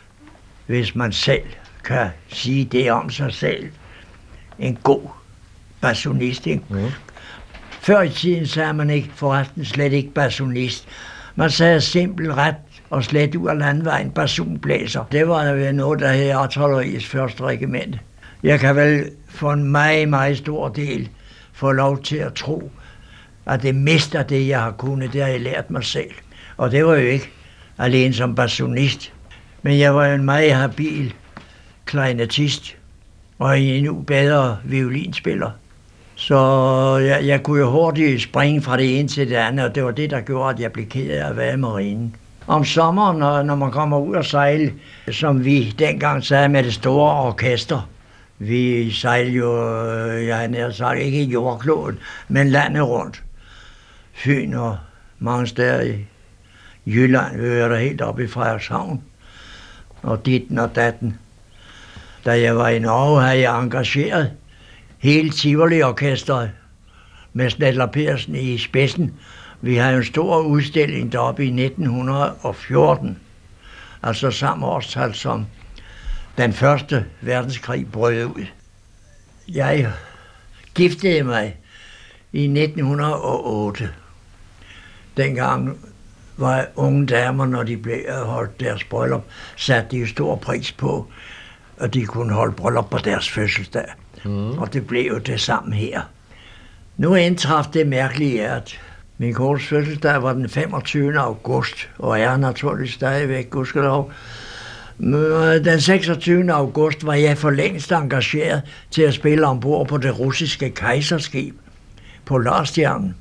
hvis man selv kan sige det om sig selv, en god basunist. Ikke? Mm. Før i tiden sagde man ikke, forresten slet ikke basunist. Man sagde simpelt ret og slet ud af landvejen basunblæser. Det var der noget, der hed artilleriets første regiment. Jeg kan vel for en meget, meget stor del få lov til at tro, at det meste af det, jeg har kunnet, det har jeg lært mig selv. Og det var jo ikke alene som basunist, men jeg var jo en meget habil klarinettist og en endnu bedre violinspiller. Så jeg, jeg kunne jo hurtigt springe fra det ene til det andet, og det var det, der gjorde, at jeg blev ked af at være i marinen. Om sommeren, når, når man kommer ud og sejle, som vi dengang sagde med det store orkester, vi sejlede jo, jeg havde nær sagt, ikke jordkloden, men landet rundt. Fyn og mange steder i Jylland, vi var der helt oppe i Frederikshavn, og ditten og datten. Da jeg var i Norge, havde jeg engageret hele Tivoli-orkestret med Snedler Persen i spidsen. Vi havde en stor udstilling deroppe i nitten fjorten, altså samme årstal som den første verdenskrig brød ud. Jeg giftede mig i nitten hundrede otte. Dengang var unge damer, når de blev holdt deres bryllup, satte de stor pris på, at de kunne holde bryllup på deres fødselsdag. Mm. Og det blev jo det samme her. Nu indtraf det mærkelige, at min kones fødselsdag var den femogtyvende august, og er naturligvis stadigvæk, gudskelov. Den seksogtyvende august var jeg for længst engageret til at spille ombord på det russiske kejserskib på Polarstjernen,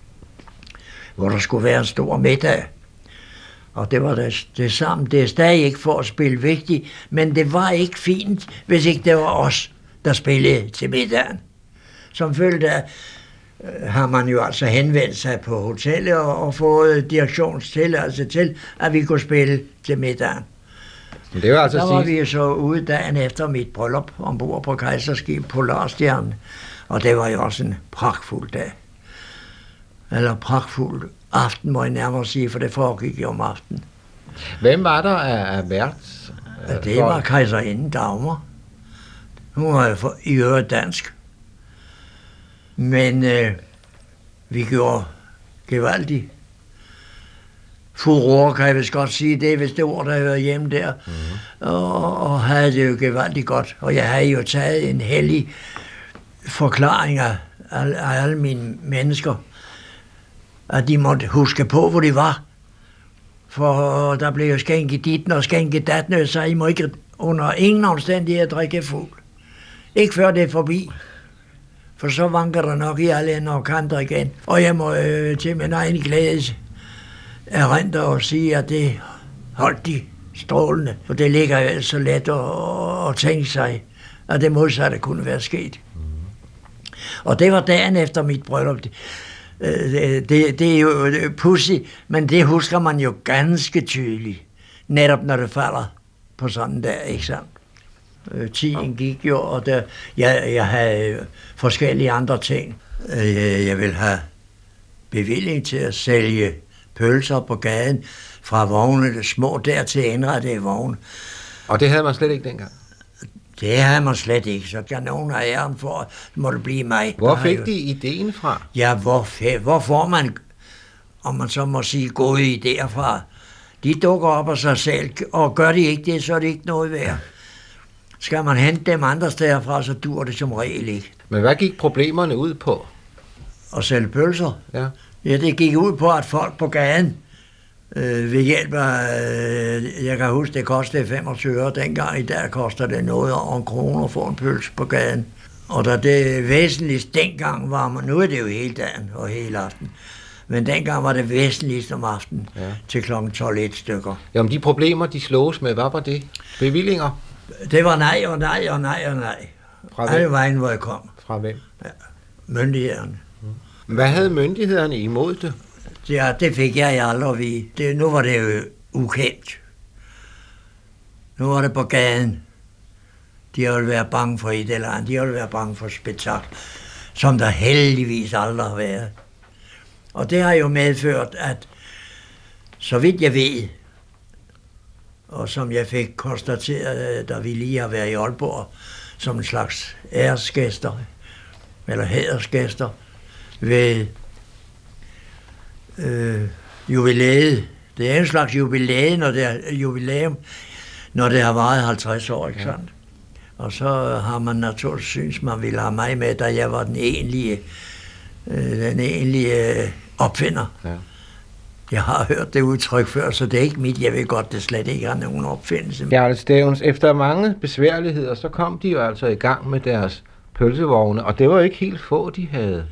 hvor der skulle være en stor middag. Og det var det, det samme. Det er stadig ikke for at spille vigtigt, men det var ikke fint, hvis ikke det var os, der spillede til middagen. Som følge af, øh, har man jo altså henvendt sig på hotellet og, og fået direktionstilladelse til, at vi kunne spille til middagen. Det var altså der var sige... vi så ude dagen efter mit bryllup ombord på kejserskib Polarstjernen, og det var jo også en pragtfuld dag. Eller pragtfuld aften, må jeg nærmere sige, for det foregik jo om aftenen. Hvem var der af, af vært? Ja, det var kejserinden Dagmar. Hun var for, i øvrigt dansk. Men øh, vi gjorde gevaldigt furore, kan jeg vist godt sige. Det er vist det ord, der hører hjemme der. Mm. Og, og havde det jo gevaldigt godt. Og jeg havde jo taget en hellig forklaring af, af alle mine mennesker, at de måtte huske på, hvor de var. For der blev jo skænket ditten og skænket datten, så I må ikke under ingen omstændighed drikke fuld. Ikke før det er forbi. For så vanker der nok i alle ender og kanter igen. Og jeg må øh, til min egen glæde erindre og sige, at det holdt de strålende. For det ligger jo så let at, at tænke sig, at det modsatte kunne være sket. Og det var dagen efter mit bryllup. Det, det, det er jo pudsigt, men det husker man jo ganske tydeligt. Netop når det falder på sådan en dag, ikke sandt? Tiden gik jo, og der, jeg, jeg havde forskellige andre ting. Jeg ville have bevilling til at sælge pølser på gaden fra vognene, små dertil indrettede vogne. Og det havde man slet ikke dengang? Det havde man slet ikke, så kan nogen af æren for, må det blive mig. Hvor fik de ideen fra? Ja, hvor, hvor får man, om man så må sige, gode idéer fra? De dukker op af sig selv, og gør de ikke det, så er det ikke noget værd. Skal man hente dem andre steder fra, så dur det som regel ikke. Men hvad gik problemerne ud på? At sælge pølser? Ja. Ja, det gik ud på, at folk på gaden øh, ved hjælp af, øh, jeg kan huske, det kostede femogtyve øre dengang, i dag koster det noget over en krone at få en pølse på gaden. Og da det væsentligst dengang var, man, nu er det jo hele dagen og hele aften, men dengang var det væsentligst om aftenen ja. Til klokken tolv et stykker. Jamen de problemer, de slås med, hvad var det? Bevillinger? Det var nej og nej og nej og nej. Fra hvem? Alle vejen, hvor jeg kom. Fra hvem? Ja, myndighederne. Mm. Hvad havde myndighederne imod det? Ja, det fik jeg aldrig at vide. Det, nu var det jo ukendt. Nu var det på gaden. De har jo været bange for et eller andet. De har jo været bange for spektakel, som der heldigvis aldrig har været. Og det har jo medført, at så vidt jeg ved, og som jeg fik konstateret, da vi lige har været i Aalborg, som en slags æresgæster, eller hædersgæster, ved øh, jubilæet. Det er en slags jubilæe, når det er jubilæum, når det har varet halvtreds år, ikke sandt? Ja. Og så har man naturligvis synes, man ville have mig med, da jeg var den egentlige, øh, den egentlige opfinder. Ja. Jeg har hørt det udtryk før, så det er ikke mit. Jeg ved godt, det slet ikke har nogen opfindelse. Jarl Stevns, efter mange besværligheder, så kom de jo altså i gang med deres pølsevogne, og det var ikke helt få, de havde.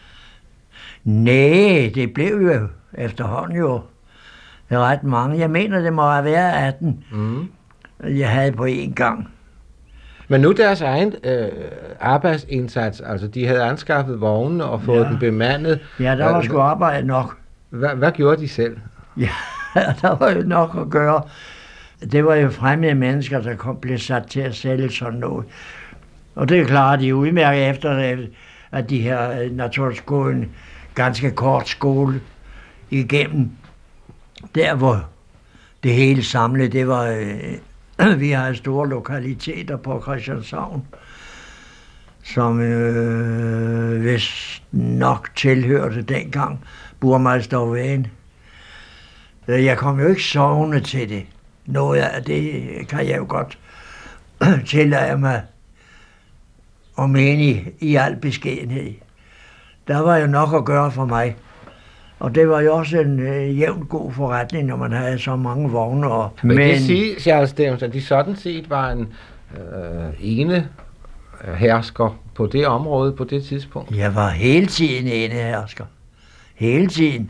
Nej, det blev jo efterhånden jo ret mange. Jeg mener, det må have været atten, mm. jeg havde på én gang. Men nu deres egen øh, arbejdsindsats, altså de havde anskaffet vognene og fået ja. den bemandet. Ja, der var sgu arbejde nok. Hvad, hvad gjorde de selv? Ja, der var jo nok at gøre. Det var jo fremmede mennesker, der kom, blev sat til at sælge sådan noget. Og det klarede de udmærket efter, at de her naturligvis gået en ganske kort skole igennem. Der, hvor det hele samlet, det var, øh, vi har store lokaliteter på Christianshavn, som øh, vist nok tilhørte dengang Burmeistervejen. Jeg kom jo ikke sovende til det. Noget af det kan jeg jo godt tillade mig at mene i, i al beskedenhed. Der var jo nok at gøre for mig. Og det var jo også en øh, jævnt god forretning, når man havde så mange vogne. Og, men, men det siger, Charles Stevens, at de sådan set var en øh, ene hersker på det område på det tidspunkt? Jeg var hele tiden ene hersker. Hele tiden.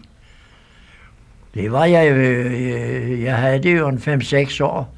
Det var jeg jo. Jeg havde det jo en fem seks år.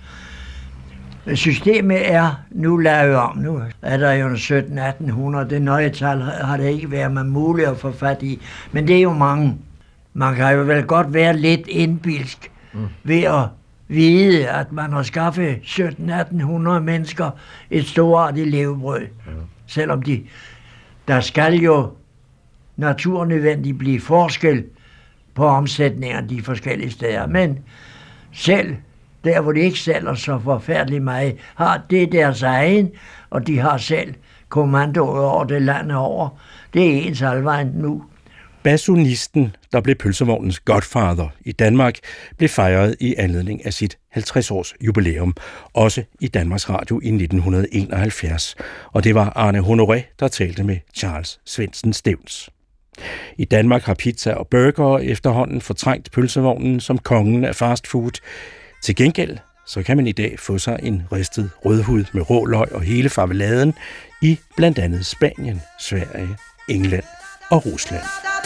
Systemet er nu lavet om. Nu er der jo sytten atten hundrede. Det nøje tal har det ikke været man muligt at få fat i. Men det er jo mange. Man kan jo vel godt være lidt indbilsk mm. ved at vide, at man har skaffet sytten atten hundrede mennesker et storartigt levebrød. Mm. Selvom de, der skal jo naturnødvendigt blive forskel på omsætningen de forskellige steder. Men selv der, hvor de ikke sælger så forfærdeligt meget, har det deres egen, og de har selv kommando over det landet over. Det er ens alvejen nu. Basunisten, der blev pølsevognens godfather i Danmark, blev fejret i anledning af sit halvtreds års jubilæum, også i Danmarks Radio i nitten enoghalvfjerds. Og det var Arne Honoré, der talte med Charles Svendsen Stevns. I Danmark har pizza og burger efterhånden fortrængt pølsevognen som kongen af fast food. Til gengæld så kan man i dag få sig en ristet rødhud med rå løg og hele farveladen i blandt andet Spanien, Sverige, England og Rusland.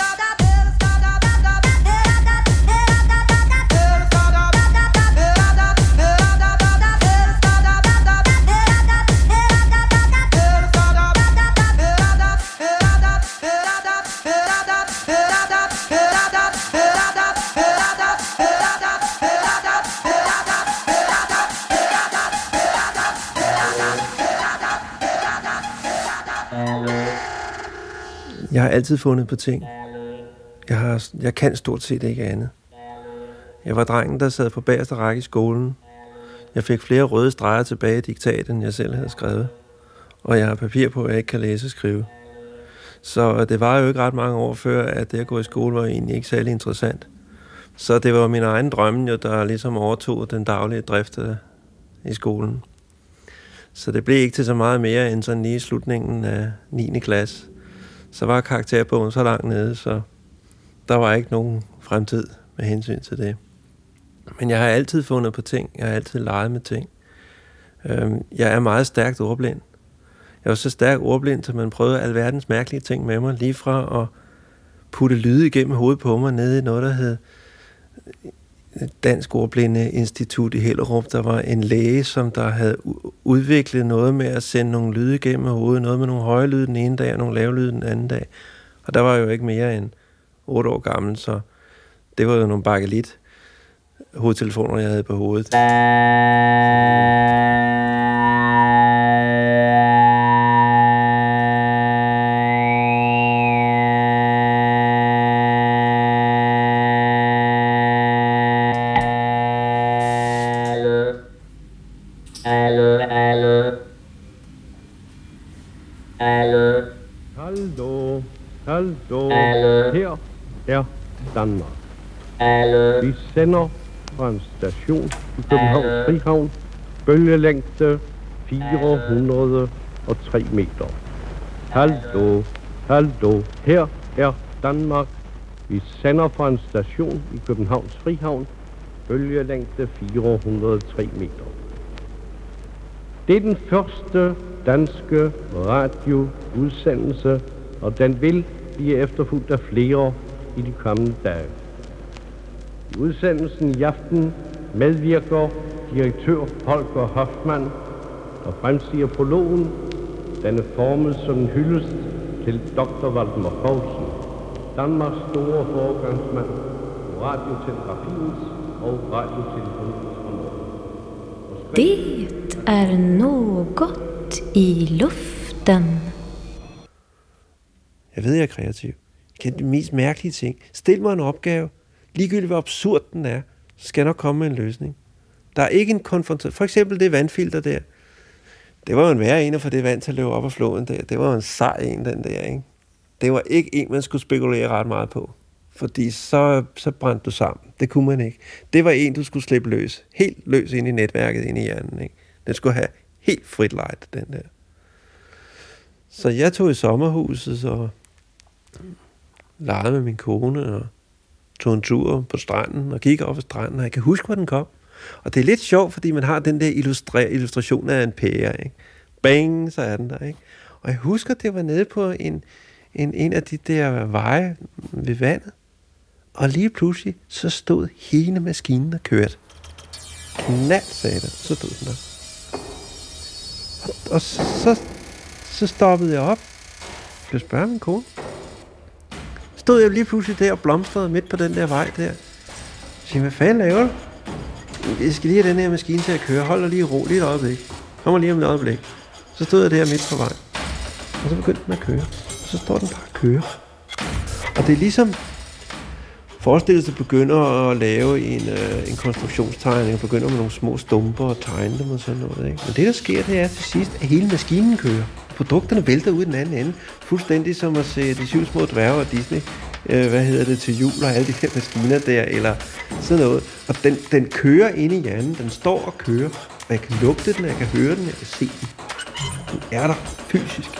Jeg har altid fundet på ting. Jeg, har, jeg kan stort set ikke andet. Jeg var drengen, der sad på bagerste række i skolen. Jeg fik flere røde streger tilbage i diktatet, end jeg selv havde skrevet. Og jeg har papir på, at jeg ikke kan læse og skrive. Så det var jo ikke ret mange år før, at det at gå i skole var egentlig ikke særlig interessant. Så det var min egen drømme, jo, der ligesom overtog den daglige drift i skolen. Så det blev ikke til så meget mere end sådan lige i slutningen af niende klasse. Så var karakterbogen så langt nede, så der var ikke nogen fremtid med hensyn til det. Men jeg har altid fundet på ting. Jeg har altid leget med ting. Jeg er meget stærkt ordblind. Jeg var så stærk ordblind, at man prøvede alverdens mærkelige ting med mig, lige fra at putte lyde igennem hovedet på mig nede i noget, der hed Dansk Ordblinde Institut i Hellerup. Der var en læge, som der havde udviklet noget med at sende nogle lyde igennem hovedet, noget med nogle høje lyde den ene dag og nogle lave lyde den anden dag. Og der var jo ikke mere end otte år gammel, så det var jo nogle bakelit hovedtelefoner, jeg havde på hovedet. Hallo, hallo, her er Danmark. Vi sender fra en station i Københavns Frihavn, bølgelængde fire hundrede og tre meter. Hallo, hallo, her er Danmark. Vi sender fra en station i Københavns Frihavn, bølgelængde fire hundrede og tre meter. Det er den første danske radioudsendelse, og den vil blive efterfulgt af flere i de kommende dage. I udsendelsen i aften medvirker direktør Holger Hoffmann, der fremsiger prologen. Den er formet som en hyldest til doktor Valdemar Poulsen, Danmarks store foregangsmand på radiotelegrafiens og radiotelefonens område. Det är något i luften. Jeg ved, jeg er kreativ. Jeg kan de mest mærkelige ting. Stil mig en opgave. Ligegyldigt hvor absurd den er, så skal jeg nok komme med en løsning. Der er ikke en konfrontation. For eksempel det vandfilter der. Det var jo en værre en at få det vand til at løbe op af floden der. Det var jo en sej en, den der, ikke? Det var ikke en, man skulle spekulere ret meget på. Fordi så, så brændte du sammen. Det kunne man ikke. Det var en, du skulle slippe løs. Helt løs ind i netværket, ind i hjernen, ikke? Den skulle have helt frit lejt, den der. Så jeg tog i sommerhuset og legede med min kone og tog en tur på stranden og gik op ad stranden, og jeg kan huske, hvor den kom. Og det er lidt sjovt, fordi man har den der illustre- illustration af en pære, ikke? Bang, så er den der, ikke? Og jeg husker, det var nede på en, en, en af de der veje ved vandet, og lige pludselig, så stod hele maskinen og kørte. Knald, sagde det, så stod den der. Og, og så, så, så stoppede jeg op. Jeg skulle spørge min kone. Stod jeg lige pludselig der og blomstrede midt på den der vej der. Så siger, hvad fanden laver du? Jeg skal lige have den her maskine til at køre. Hold dig lige ro, lige et øjeblik. Kommer lige om et øjeblik. Så stod jeg der midt på vej. Og så begyndte den at køre. Og så står den bare og kører. Og det er ligesom forestil sig, at begynder at lave en, øh, en konstruktionstegning, og begynder med nogle små stumper og tegne dem og sådan noget, ikke? Men det, der sker, det er til sidst, at hele maskinen kører. Produkterne vælter ud i den anden ende. Fuldstændig som at se De Syv Små Dværge og Disney. øh, hvad hedder det, til jul og alle de her maskiner der, eller sådan noget. Og den, den kører inde i hjernen, den står og kører, og jeg kan lugte den, jeg kan høre den, jeg kan se den. Den er der fysisk.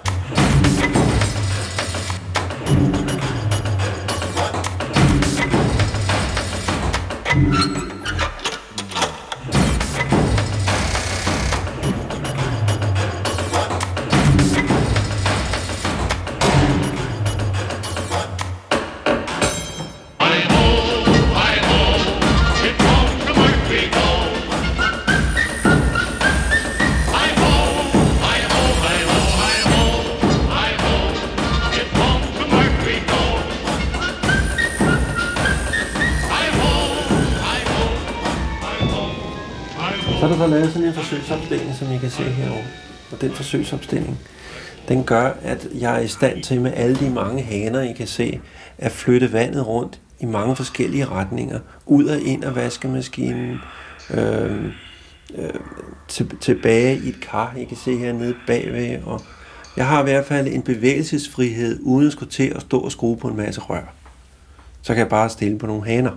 Så er der lavet sådan en forsøgsopstilling, som I kan se herovre. Og den forsøgsopstilling, den gør, at jeg er i stand til med alle de mange haner, I kan se, at flytte vandet rundt i mange forskellige retninger. Ud og ind af vaskemaskinen, øh, øh, til, tilbage i et kar, I kan se hernede bagved. Og jeg har i hvert fald en bevægelsesfrihed, uden at skulle til at stå og skrue på en masse rør. Så kan jeg bare stille på nogle haner.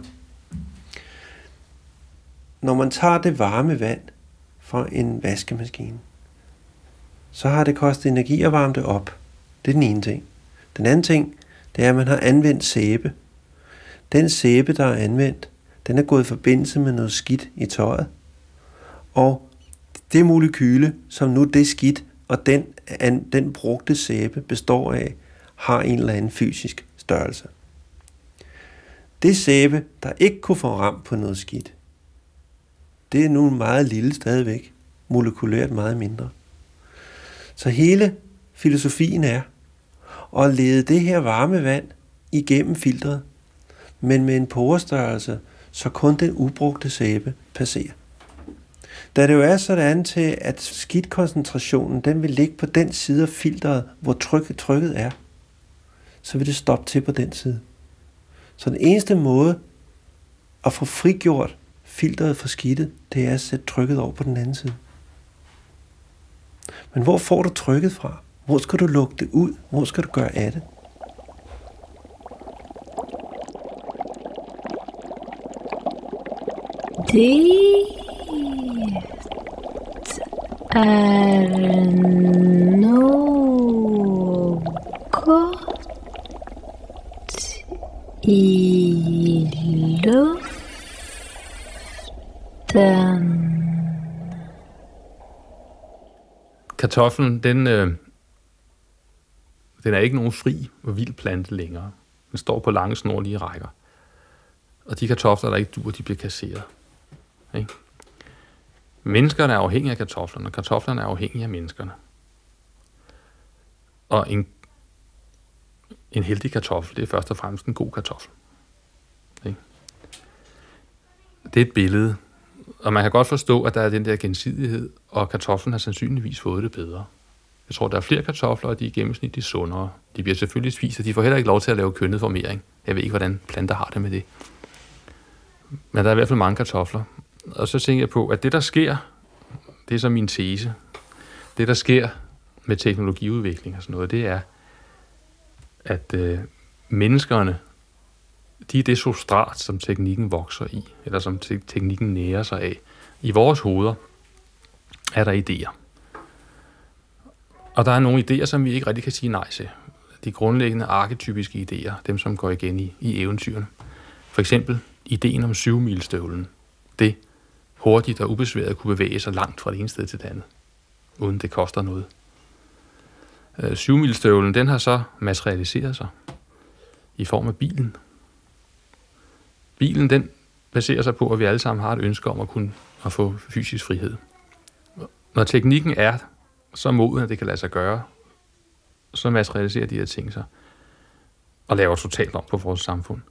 Når man tager det varme vand fra en vaskemaskine, så har det kostet energi at varme det op. Det er den ene ting. Den anden ting, det er, at man har anvendt sæbe. Den sæbe, der er anvendt, den er gået i forbindelse med noget skidt i tøjet. Og det molekyle, som nu det skidt, og den, den brugte sæbe består af, har en eller anden fysisk størrelse. Det sæbe, der ikke kunne få ramt på noget skidt, det er nu meget lille stadigvæk, molekylært meget mindre. Så hele filosofien er at lede det her varme vand igennem filtret, men med en porestørrelse, så kun den ubrugte sæbe passerer. Da det jo er sådan til, at skidtkoncentrationen, den vil ligge på den side af filtret, hvor trykket, trykket er, så vil det stoppe til på den side. Så den eneste måde at få frigjort filtret for skidtet, det er at sætte trykket over på den anden side. Men hvor får du trykket fra? Hvor skal du lukke det ud? Hvor skal du gøre af det? Det er noget i luften. Kartoflen, den, øh, den er ikke nogen fri og vild plante længere. Den står på lange snorlige rækker. Og de kartofler, der ikke dur, de bliver kasseret. Ikke? Menneskerne er afhængige af kartoflerne, og kartoflerne er afhængige af menneskerne. Og en, en heldig kartoffel, det er først og fremmest en god kartoffel. Ikke? Det er et billede, og man kan godt forstå, at der er den der gensidighed, og kartoflen har sandsynligvis fået det bedre. Jeg tror, der er flere kartofler, og de er i gennemsnit sundere. De bliver selvfølgelig spist, og de får heller ikke lov til at lave kønnet formering. Jeg ved ikke, hvordan planter har det med det. Men der er i hvert fald mange kartofler. Og så tænker jeg på, at det, der sker, det er så min tese, det, der sker med teknologiudvikling og sådan noget, det er, at øh, menneskerne, de er det substrat, som teknikken vokser i, eller som te- teknikken nærer sig af. I vores hoveder er der idéer. Og der er nogle idéer, som vi ikke rigtig kan sige nej til. De grundlæggende arketypiske idéer, dem som går igen i, i eventyrene. For eksempel ideen om syvmilstøvlen. Det hurtigt og ubesværet kunne bevæge sig langt fra det ene sted til det andet, uden det koster noget. Øh, syvmilstøvlen, den har så materialiseret sig i form af bilen. Bilen, den baserer sig på, at vi alle sammen har et ønske om at kunne at få fysisk frihed. Når teknikken er så moden, at det kan lade sig gøre, så materialiserer de her ting sig og laver totalt om på vores samfund.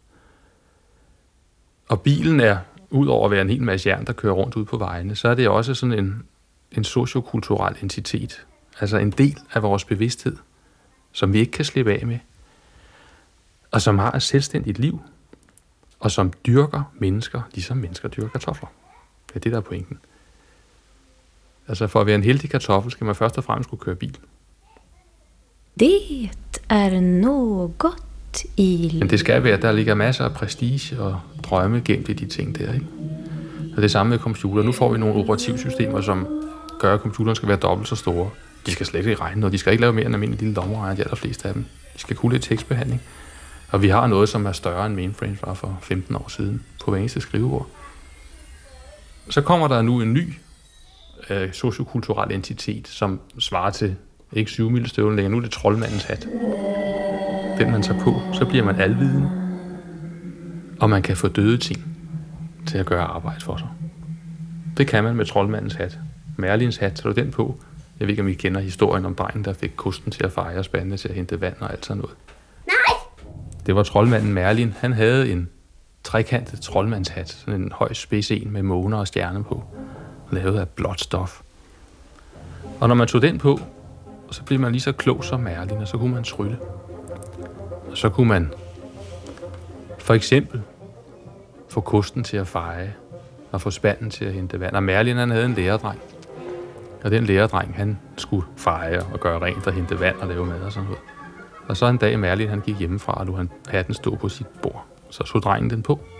Og bilen er, udover at være en hel masse jern, der kører rundt ud på vejene, så er det også sådan en, en sociokulturel entitet. Altså en del af vores bevidsthed, som vi ikke kan slippe af med, og som har et selvstændigt liv, og som dyrker mennesker, ligesom mennesker dyrker kartofler. Det er det, der er pointen. Altså for at være en heldig kartoffel, skal man først og fremmest kunne køre bil. Det er noget i... Men det skal være, der ligger masser af prestige og drømme gemt i de ting der, ikke? Og det samme med computer. Nu får vi nogle operativsystemer, som gør, at computeren skal være dobbelt så store. De skal slet ikke regne, og de skal ikke lave mere end almindelig lille lommeregner, de allerfleste af dem. De skal kunne lidt tekstbehandling. Og vi har noget, som er større end mainframes var for femten år siden på hver eneste skrivebord. Så kommer der nu en ny øh, sociokulturel entitet, som svarer til ikke syvmilestøvlen længere. Nu er det troldmandens hat. Den man tager på, så bliver man alvidende. Og man kan få døde ting til at gøre arbejde for sig. Det kan man med troldmandens hat. Merlins hat, tager du den på. Jeg ved ikke, om I kender historien om drengen, der fik kosten til at fejre, spandene til at hente vand og alt sådan noget. Nej! Det var troldmanden Merlin. Han havde en trekantet troldmandshat, sådan en høj spids en med måner og stjerner på, lavet af blåt stof. Og når man tog den på, så blev man lige så klog som Merlin, og så kunne man trylle. Og så kunne man for eksempel få kosten til at feje og få spanden til at hente vand. Og Merlin, han havde en lærerdreng. Og den lærerdreng, han skulle feje og gøre rent og hente vand og lave mad og sådan noget. Og så en dag Merlin, han gik hjemmefra, og nu han hatten stå på sit bord. Så tog drengen den på.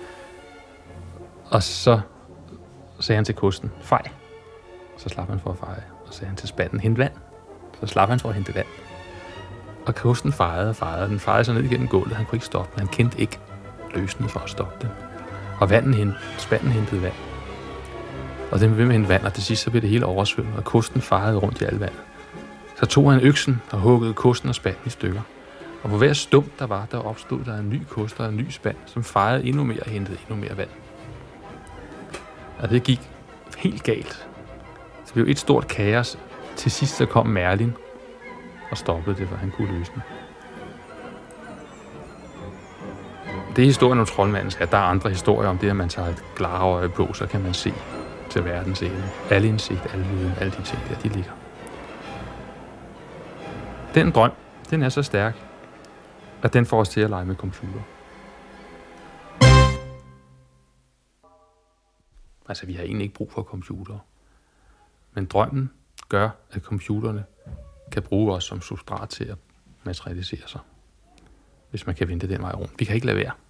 Og så sagde han til kosten, fej. Så slap han for at feje. Og så sagde han til spanden, hent vand. Så slap han for at hente vand. Og kosten fejede og fejede. Den fejede sig ned igennem gulvet. Han kunne ikke stoppe, men han kendte ikke løsningen for at stoppe den. Og vandet hent, spanden hentede vand. Og den blev ved med at hente vand, og til sidst så blev det hele oversvømmet, og kosten fejede rundt i al vandet. Så tog han øksen og huggede kosten og spanden i stykker. Og på hver stump, der var, der opstod der en ny kost og en ny spand, som fejede endnu mere og hentede endnu mere vand. Og det gik helt galt. Det blev et stort kaos. Til sidst så kom Merlin og stoppede det, for han kunne løse den. Det er historien om troldmandens hat. Der er andre historier om det, at man tager et glarøje på, så kan man se til verdens ende. Alle indsigt, alle viden, alle de ting der, de ligger. Den drøm, den er så stærk, at den får os til at lege med computer. Altså, vi har egentlig ikke brug for computer. Men drømmen gør, at computerne kan bruge os som substrat til at materialisere sig. Hvis man kan vente den vej rundt. Vi kan ikke lade være.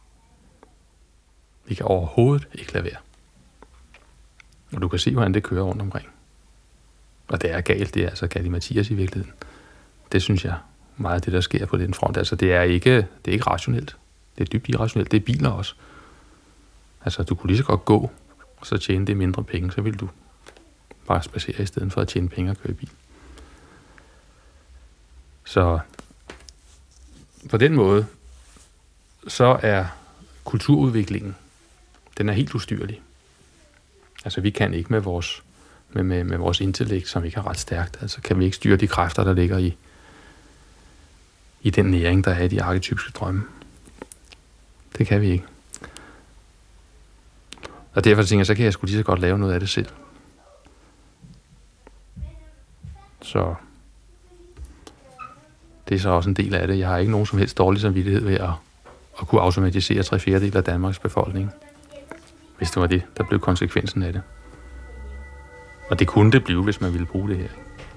Vi kan overhovedet ikke lade være. Og du kan se, hvordan det kører rundt omkring. Og det er galt, det er altså Galimatias i virkeligheden. Det synes jeg meget af det, der sker på den front. Altså, det er ikke, det er ikke rationelt. Det er dybt irrationelt. Det er biler også. Altså, du kunne lige så godt gå, og så tjene det mindre penge, så vil du bare spacere i stedet for at tjene penge og køre i bil. Så på den måde, så er kulturudviklingen, den er helt ustyrlig. Altså, vi kan ikke med vores, med, med, med vores intellekt, som ikke er ret stærkt, altså kan vi ikke styre de kræfter, der ligger i, i den næring, der er i de arketypiske drømme. Det kan vi ikke. Og derfor tænker jeg, så kan jeg sgu lige så godt lave noget af det selv. Så det er så også en del af det. Jeg har ikke nogen som helst dårlig samvittighed ved at, at kunne automatisere tre fjerdedel af Danmarks befolkning. Hvis det var det, der blev konsekvensen af det. Og det kunne det blive, hvis man ville bruge det her.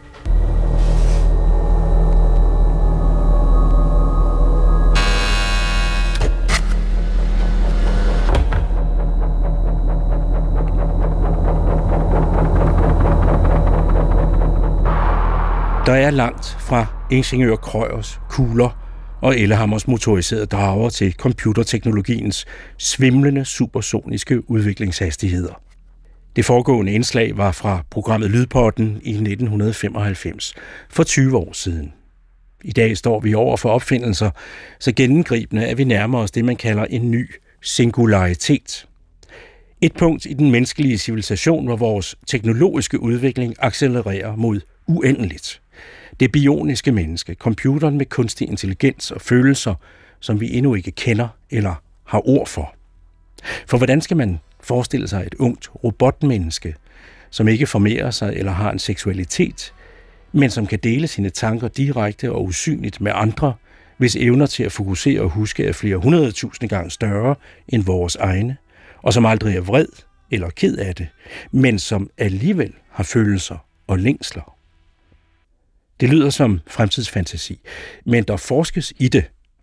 Der er langt fra ingeniør Krøyers kugler og Ellehammers motoriserede drager til computerteknologiens svimlende supersoniske udviklingshastigheder. Det foregående indslag var fra programmet Lydpotten i nitten femoghalvfems, for tyve år siden. I dag står vi over for opfindelser, så gennemgribende at vi nærmer os det, man kalder en ny singularitet. Et punkt i den menneskelige civilisation, hvor vores teknologiske udvikling accelererer mod uendeligt. Det bioniske menneske, computeren med kunstig intelligens og følelser, som vi endnu ikke kender eller har ord for. For hvordan skal man forestille sig et ungt robotmenneske, som ikke formerer sig eller har en seksualitet, men som kan dele sine tanker direkte og usynligt med andre, hvis evner til at fokusere og huske er flere hundredtusinde gange større end vores egne, og som aldrig er vred eller ked af det, men som alligevel har følelser og længsler. Det lyder som fremtidsfantasi, men der forskes i det,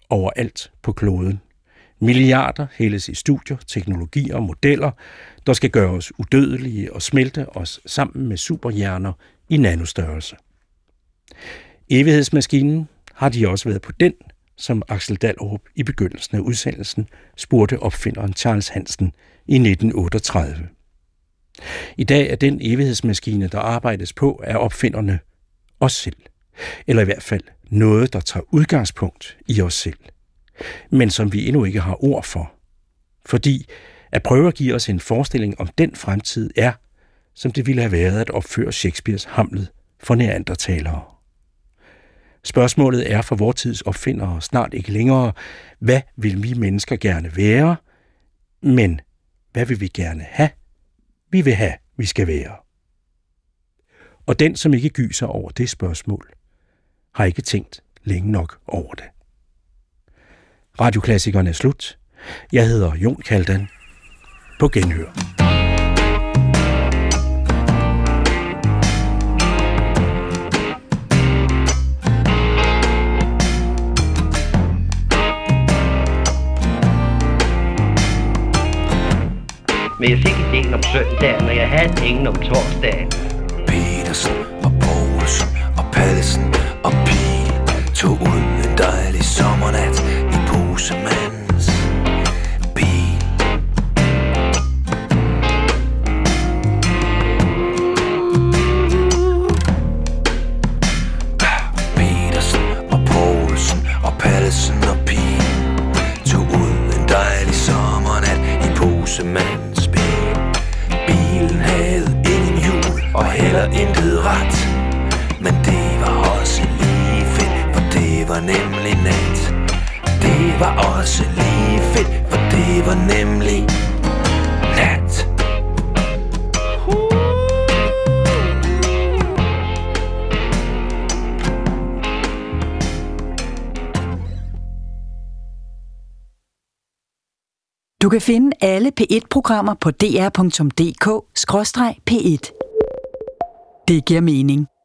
overalt på kloden. Milliarder hældes i studier, teknologier og modeller, der skal gøre os udødelige og smelte os sammen med superhjerner i nanostørrelse. Evighedsmaskinen har de også været på den, som Axel Dahlerup i begyndelsen af udsendelsen spurgte opfinderen Charles Hansen i nitten otteogtredive. I dag er den evighedsmaskine, der arbejdes på, af opfinderne os selv. Eller i hvert fald noget, der tager udgangspunkt i os selv. Men som vi endnu ikke har ord for. Fordi at prøve at give os en forestilling om den fremtid er, som det ville have været at opføre Shakespeares Hamlet for neandertalere. Spørgsmålet er for vor tids opfindere snart ikke længere, hvad vil vi mennesker gerne være, men hvad vil vi gerne have, vi vil have, vi skal være. Og den, som ikke gyser over det spørgsmål, har ikke tænkt længe nok over det. Radioklassikeren er slut. Jeg hedder Jon Kaldan. På genhør. Men jeg fik idéen om søndagen, og jeg havde ingen om torsdagen. Petersen og Poulsen og Pallesen og Pihl tog ud en dejlig sommernat i Posemandens bil. Petersen og Poulsen og Pallesen og Pihl tog ud en dejlig sommernat i Posemandens bil. Bilen havde ingen hjul og heller intet ret, men det var også lige fedt, for det var nemlig nat. Det var også lige fedt, for det var nemlig nat. Du kan finde alle P et-programmer på d r punktum d k skråstreg p et. Det giver mening.